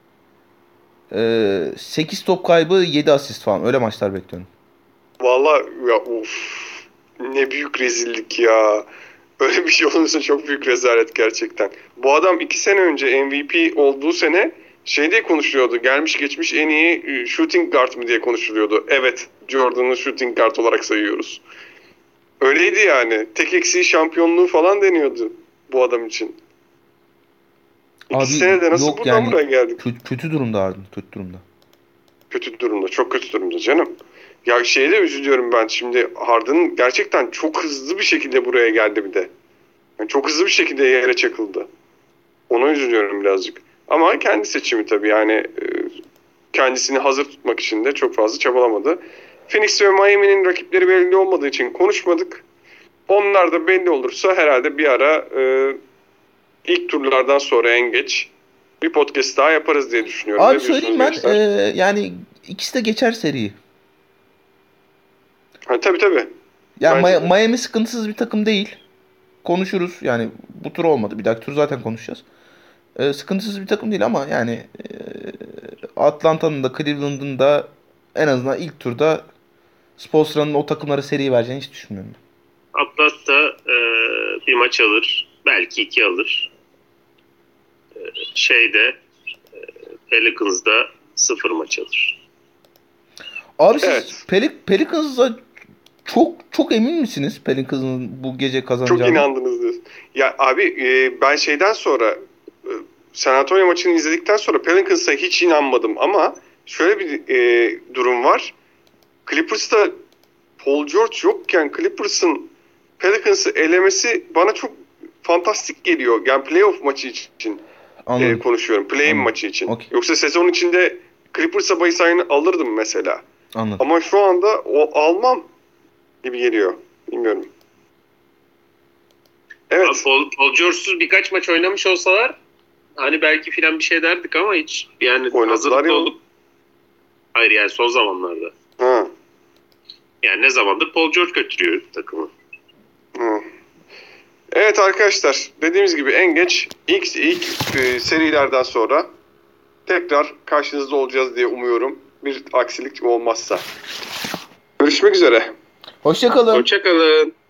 8 top kaybı 7 asist falan. Öyle maçlar bekliyorum. Vallahi ya of. Ne büyük rezillik ya. Öyle bir şey olursa çok büyük rezalet gerçekten. Bu adam 2 sene önce MVP olduğu sene şeyde konuşuluyordu. Gelmiş geçmiş en iyi shooting guard mı diye konuşuluyordu. Evet, Jordan'ı shooting guard olarak sayıyoruz. Öyleydi yani. Tek eksiği şampiyonluğu falan deniyordu bu adam için. İki Abi senede nasıl yok buradan yani buraya geldik? kötü durumda Harden. Kötü durumda. Kötü durumda, çok kötü durumda canım. Ya şeye de üzülüyorum ben şimdi. Harden gerçekten çok hızlı bir şekilde buraya geldi bir de. Yani çok hızlı bir şekilde yere çakıldı. Ona üzülüyorum birazcık. Ama kendi seçimi tabii yani kendisini hazır tutmak için de çok fazla çabalamadı. Phoenix ve Miami'nin rakipleri belli olmadığı için konuşmadık. Onlar da belli olursa herhalde bir ara ilk turlardan sonra en geç bir podcast daha yaparız diye düşünüyorum. Abi Ne söyleyeyim diyorsunuz ben gençler? yani ikisi de geçer seriyi. Ha, tabii. Yani Bence de. Miami sıkıntısız bir takım değil. Konuşuruz. Yani bu tur olmadı. Bir dahaki tur zaten konuşacağız. Sıkıntısız bir takım değil ama yani Atlanta'nın da Cleveland'ın da en azından ilk turda Spoelstra'nın o takımlara seri vereceğini hiç düşünmüyorum. Atlanta bir maç alır. Belki 2 alır. Şeyde Pelicans'da 0 maç alır. Abi siz Evet. Pelicans'a çok emin misiniz Pelicans'ın bu gece Çok kazanacağını? inandınız diyorsun. Ya abi ben şeyden sonra San Antonio maçını izledikten sonra Pelicans'a hiç inanmadım ama şöyle bir durum var. Clippers'ta Paul George yokken Clippers'ın Pelicans'ı elemesi bana çok fantastik geliyor. Yani playoff maçı için Anladım. konuşuyorum. Play-in Anladım. maçı için. Okay. Yoksa sezon içinde Clippers'a bahis aynı alırdım mesela. Anladım. Ama şu anda o almam gibi geliyor. Bilmiyorum. Evet. Abi Paul George'suz birkaç maç oynamış olsalar hani belki filan bir şey derdik ama hiç yani Oynadılar hazırlıklı ya. olduk. Hayır yani son zamanlarda. Ha. Yani ne zamandır Paul George götürüyor takımı. Ha. Evet arkadaşlar, dediğimiz gibi en geç ilk serilerden sonra tekrar karşınızda olacağız diye umuyorum. Bir aksilik olmazsa. Görüşmek üzere. Hoşça kalın. Hoşçakalın.